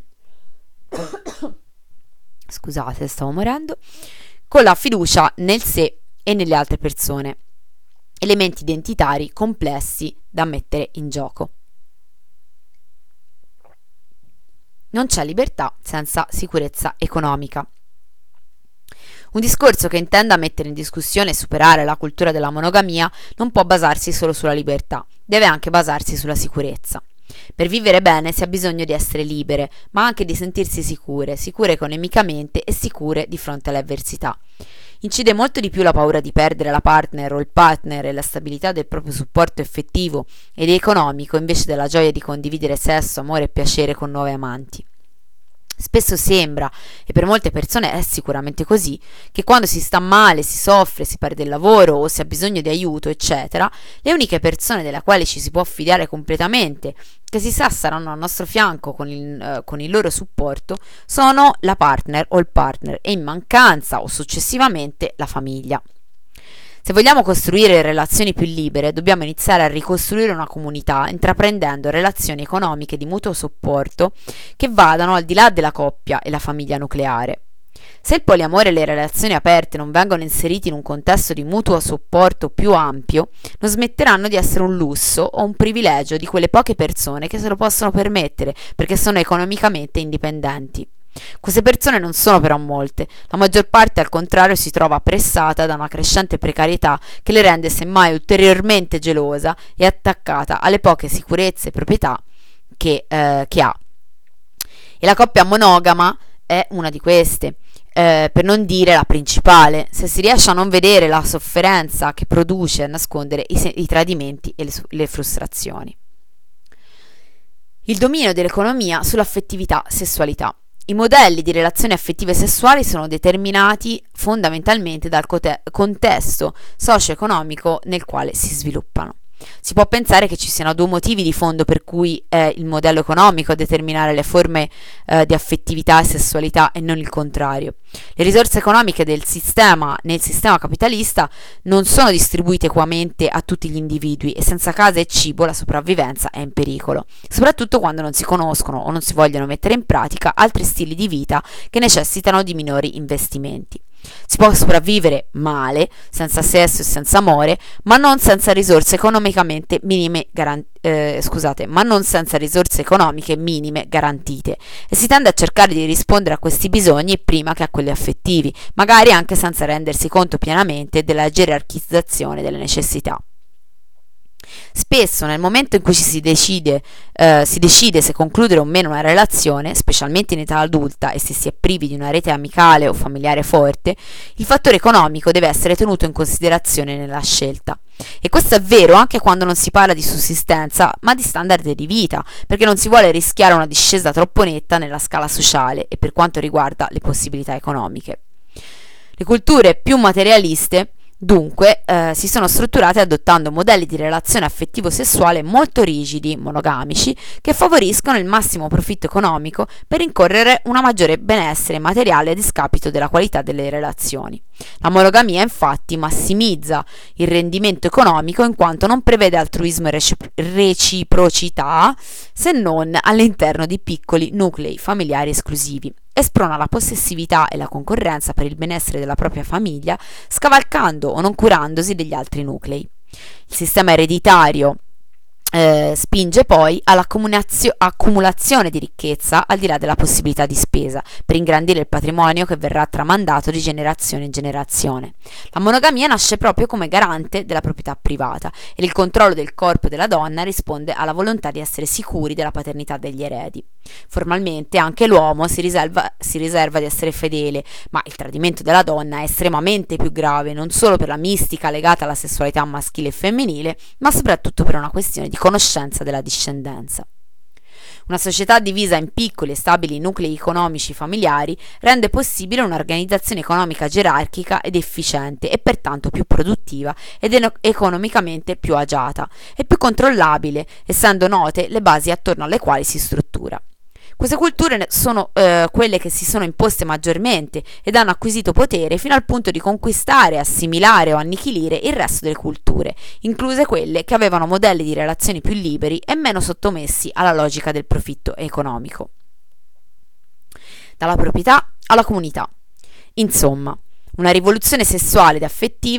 scusate, stavo morendo, con la fiducia nel sé e nelle altre persone, elementi identitari complessi da mettere in gioco. Non c'è libertà senza sicurezza economica. Un discorso che intenda mettere in discussione e superare la cultura della monogamia non può basarsi solo sulla libertà, deve anche basarsi sulla sicurezza. Per vivere bene si ha bisogno di essere libere, ma anche di sentirsi sicure economicamente e sicure di fronte alle avversità. Incide molto di più la paura di perdere la partner o il partner e la stabilità del proprio supporto effettivo ed economico invece della gioia di condividere sesso, amore e piacere con nuovi amanti. Spesso sembra, e per molte persone è sicuramente così, che quando si sta male, si soffre, si perde il lavoro o si ha bisogno di aiuto, eccetera, le uniche persone delle quali ci si può fidare completamente, che si sa saranno al nostro fianco con il loro supporto, sono la partner o il partner e in mancanza o successivamente la famiglia. Se vogliamo costruire relazioni più libere, dobbiamo iniziare a ricostruire una comunità intraprendendo relazioni economiche di mutuo supporto che vadano al di là della coppia e la famiglia nucleare. Se il poliamore e le relazioni aperte non vengono inseriti in un contesto di mutuo supporto più ampio, non smetteranno di essere un lusso o un privilegio di quelle poche persone che se lo possono permettere perché sono economicamente indipendenti. Queste persone non sono però molte, la maggior parte al contrario si trova pressata da una crescente precarietà che le rende semmai ulteriormente gelosa e attaccata alle poche sicurezze e proprietà che ha. E la coppia monogama è una di queste, per non dire la principale, se si riesce a non vedere la sofferenza che produce a nascondere i tradimenti e le frustrazioni. Il dominio dell'economia sull'affettività sessualità. I modelli di relazioni affettive sessuali sono determinati fondamentalmente dal contesto socio-economico nel quale si sviluppano. Si può pensare che ci siano due motivi di fondo per cui è il modello economico a determinare le forme di affettività e sessualità e non il contrario. Le risorse economiche nel sistema capitalista non sono distribuite equamente a tutti gli individui e senza casa e cibo la sopravvivenza è in pericolo, soprattutto quando non si conoscono o non si vogliono mettere in pratica altri stili di vita che necessitano di minori investimenti. Si può sopravvivere male, senza sesso e senza amore, ma non senza risorse economicamente minime ma non senza risorse economiche minime garantite, e si tende a cercare di rispondere a questi bisogni prima che a quelli affettivi, magari anche senza rendersi conto pienamente della gerarchizzazione delle necessità. Spesso nel momento in cui si decide se concludere o meno una relazione, specialmente in età adulta e se si è privi di una rete amicale o familiare forte, il fattore economico deve essere tenuto in considerazione nella scelta. E questo è vero anche quando non si parla di sussistenza, ma di standard di vita, perché non si vuole rischiare una discesa troppo netta nella scala sociale e per quanto riguarda le possibilità economiche. Le culture più materialiste dunque si sono strutturate adottando modelli di relazione affettivo-sessuale molto rigidi, monogamici, che favoriscono il massimo profitto economico per rincorrere una maggiore benessere materiale a discapito della qualità delle relazioni. La monogamia infatti massimizza il rendimento economico in quanto non prevede altruismo e reciprocità se non all'interno di piccoli nuclei familiari esclusivi, e sprona la possessività e la concorrenza per il benessere della propria famiglia, scavalcando o non curandosi degli altri nuclei. Il sistema ereditario spinge poi all'accumulazione di ricchezza al di là della possibilità di spesa, per ingrandire il patrimonio che verrà tramandato di generazione in generazione. La monogamia nasce proprio come garante della proprietà privata e il controllo del corpo della donna risponde alla volontà di essere sicuri della paternità degli eredi. Formalmente anche l'uomo si riserva di essere fedele, ma il tradimento della donna è estremamente più grave, non solo per la mistica legata alla sessualità maschile e femminile, ma soprattutto per una questione di conoscenza della discendenza. Una società divisa in piccoli e stabili nuclei economici familiari rende possibile un'organizzazione economica gerarchica ed efficiente e pertanto più produttiva ed economicamente più agiata e più controllabile, essendo note le basi attorno alle quali si struttura. Queste culture sono quelle che si sono imposte maggiormente ed hanno acquisito potere fino al punto di conquistare, assimilare o annichilire il resto delle culture, incluse quelle che avevano modelli di relazioni più liberi e meno sottomessi alla logica del profitto economico. Dalla proprietà alla comunità. Insomma, una rivoluzione sessuale ed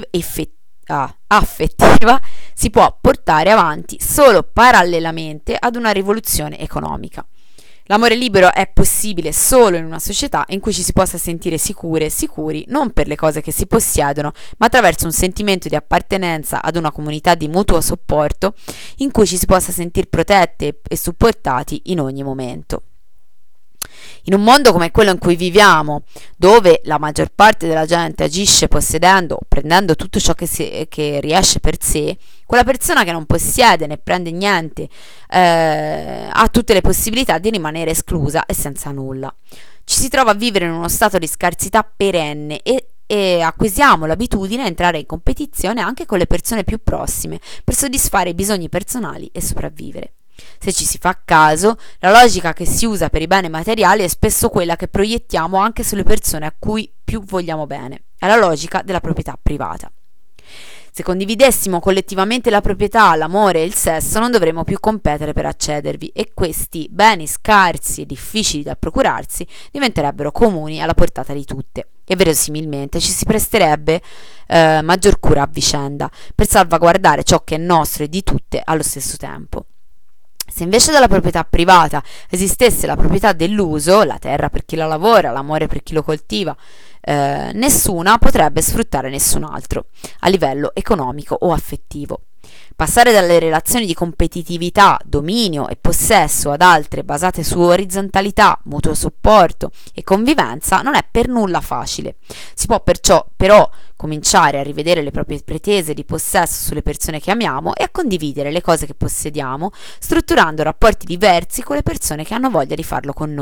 affettiva si può portare avanti solo parallelamente ad una rivoluzione economica. L'amore libero è possibile solo in una società in cui ci si possa sentire sicure e sicuri non per le cose che si possiedono, ma attraverso un sentimento di appartenenza ad una comunità di mutuo supporto in cui ci si possa sentire protette e supportati in ogni momento. In un mondo come quello in cui viviamo, dove la maggior parte della gente agisce possedendo o prendendo tutto ciò che riesce per sé, quella persona che non possiede né prende niente ha tutte le possibilità di rimanere esclusa e senza nulla. Ci si trova a vivere in uno stato di scarsità perenne e acquisiamo l'abitudine a entrare in competizione anche con le persone più prossime per soddisfare i bisogni personali e sopravvivere. Se ci si fa caso, la logica che si usa per i beni materiali è spesso quella che proiettiamo anche sulle persone a cui più vogliamo bene. È la logica della proprietà privata. Se condividessimo collettivamente la proprietà, l'amore e il sesso, non dovremmo più competere per accedervi e questi beni scarsi e difficili da procurarsi diventerebbero comuni alla portata di tutte e verosimilmente ci si presterebbe maggior cura a vicenda per salvaguardare ciò che è nostro e di tutte allo stesso tempo. Se invece della proprietà privata esistesse la proprietà dell'uso, la terra per chi la lavora, l'amore per chi lo coltiva, nessuna potrebbe sfruttare nessun altro, a livello economico o affettivo. Passare dalle relazioni di competitività, dominio e possesso ad altre basate su orizzontalità, mutuo supporto e convivenza non è per nulla facile. Si può perciò però cominciare a rivedere le proprie pretese di possesso sulle persone che amiamo e a condividere le cose che possediamo, strutturando rapporti diversi con le persone che hanno voglia di farlo con noi.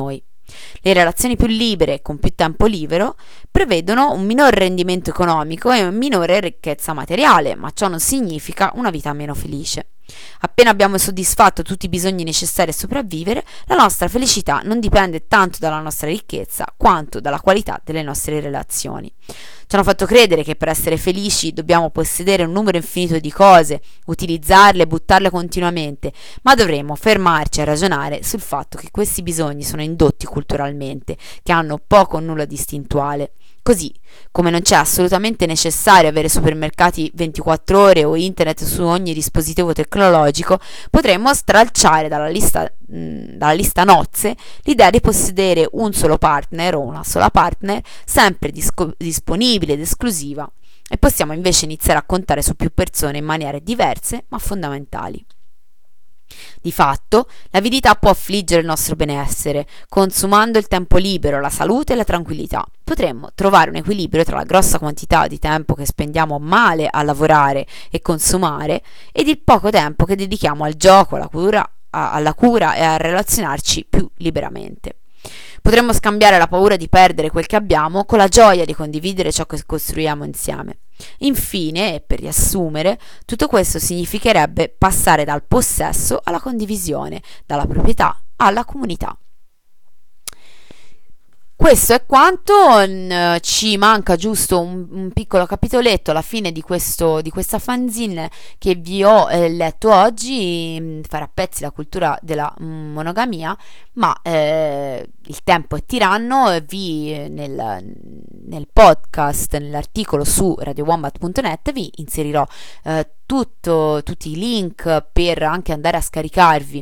Le relazioni più libere, con più tempo libero, prevedono un minor rendimento economico e una minore ricchezza materiale, ma ciò non significa una vita meno felice. Appena abbiamo soddisfatto tutti i bisogni necessari a sopravvivere, la nostra felicità non dipende tanto dalla nostra ricchezza quanto dalla qualità delle nostre relazioni. Ci hanno fatto credere che per essere felici dobbiamo possedere un numero infinito di cose, utilizzarle e buttarle continuamente, ma dovremmo fermarci a ragionare sul fatto che questi bisogni sono indotti culturalmente, che hanno poco o nulla di istintuale. Così come non c'è assolutamente necessario avere supermercati 24 ore o internet su ogni dispositivo tecnologico, potremmo stralciare dalla lista nozze l'idea di possedere un solo partner o una sola partner sempre disponibile ed esclusiva, e possiamo invece iniziare a contare su più persone in maniere diverse ma fondamentali. Di fatto, l'avidità può affliggere il nostro benessere, consumando il tempo libero, la salute e la tranquillità. Potremmo trovare un equilibrio tra la grossa quantità di tempo che spendiamo male a lavorare e consumare ed il poco tempo che dedichiamo al gioco, alla cura e a relazionarci più liberamente. Potremmo scambiare la paura di perdere quel che abbiamo con la gioia di condividere ciò che costruiamo insieme. Infine, e per riassumere, tutto questo significherebbe passare dal possesso alla condivisione, dalla proprietà alla comunità. Questo è quanto, ci manca giusto un piccolo capitoletto alla fine di questa fanzine che vi ho letto oggi, fare a pezzi la cultura della monogamia, ma il tempo è tiranno. Nel podcast, nell'articolo su radiowombat.net vi inserirò tutti i link per anche andare a scaricarvi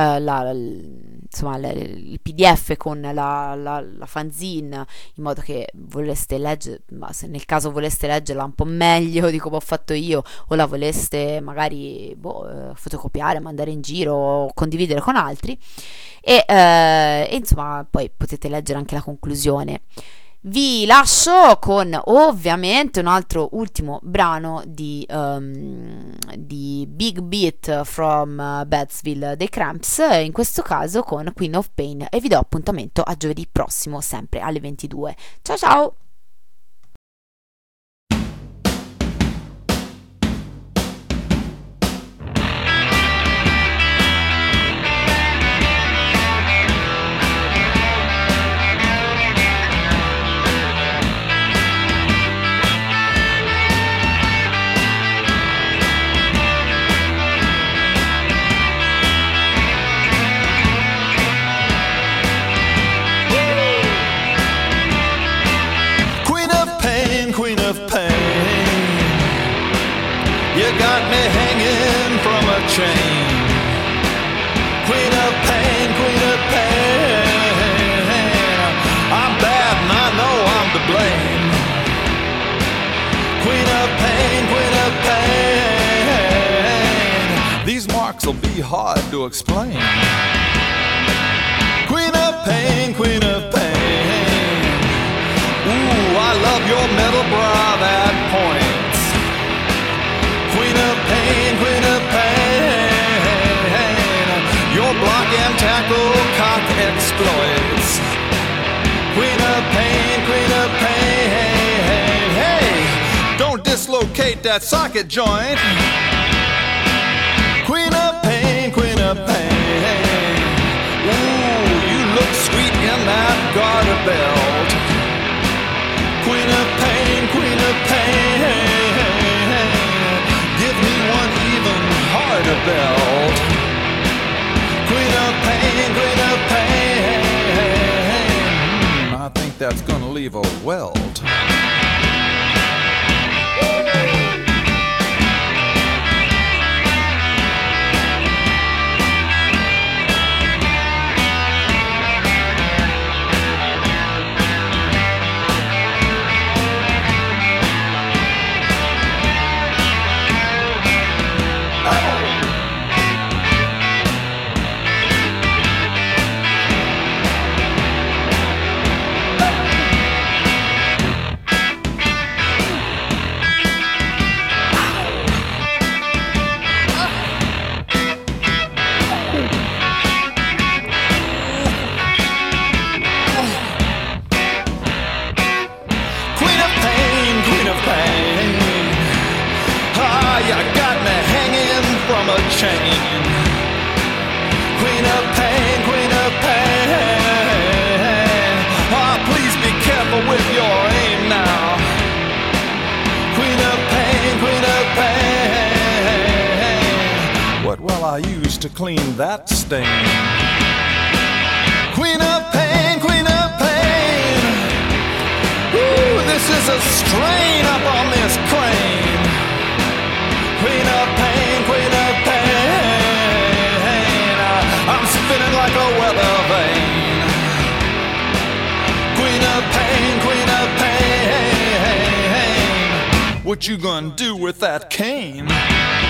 il PDF con la fanzine, in modo che voleste leggere, ma se nel caso voleste leggerla un po' meglio di come ho fatto io, o la voleste magari fotocopiare, mandare in giro o condividere con altri, e insomma poi potete leggere anche la conclusione. Vi lascio con ovviamente un altro ultimo brano di Big Beat from Batesville dei Cramps, in questo caso con Queen of Pain, e vi do appuntamento a giovedì prossimo sempre alle 22. Ciao ciao! Chain. Queen of pain, queen of pain. I'm bad and I know I'm to blame. Queen of pain, queen of pain. These marks will be hard to explain. Queen of pain, queen of pain. Ooh, I love your metal bra that points. Queen of pain, queen of pain. Your block and tackle cock exploits. Queen of pain, queen of pain. Hey, don't dislocate that socket joint. Queen of pain, queen of pain. Ooh, you look sweet in that garter belt. Queen of pain, queen of pain. Give me one even harder belt. Queen of pain, queen of pain. I think that's gonna leave a welt. chain. Queen of pain, queen of pain. Oh, please be careful with your aim now. Queen of pain, queen of pain. What will I use to clean that stain? Queen of pain, queen of pain. Ooh, this is a strain up on this crane. Queen of pain, queen of pain. I'm spinning like a weather vane. Queen of pain, queen of pain. What you gonna do with that cane?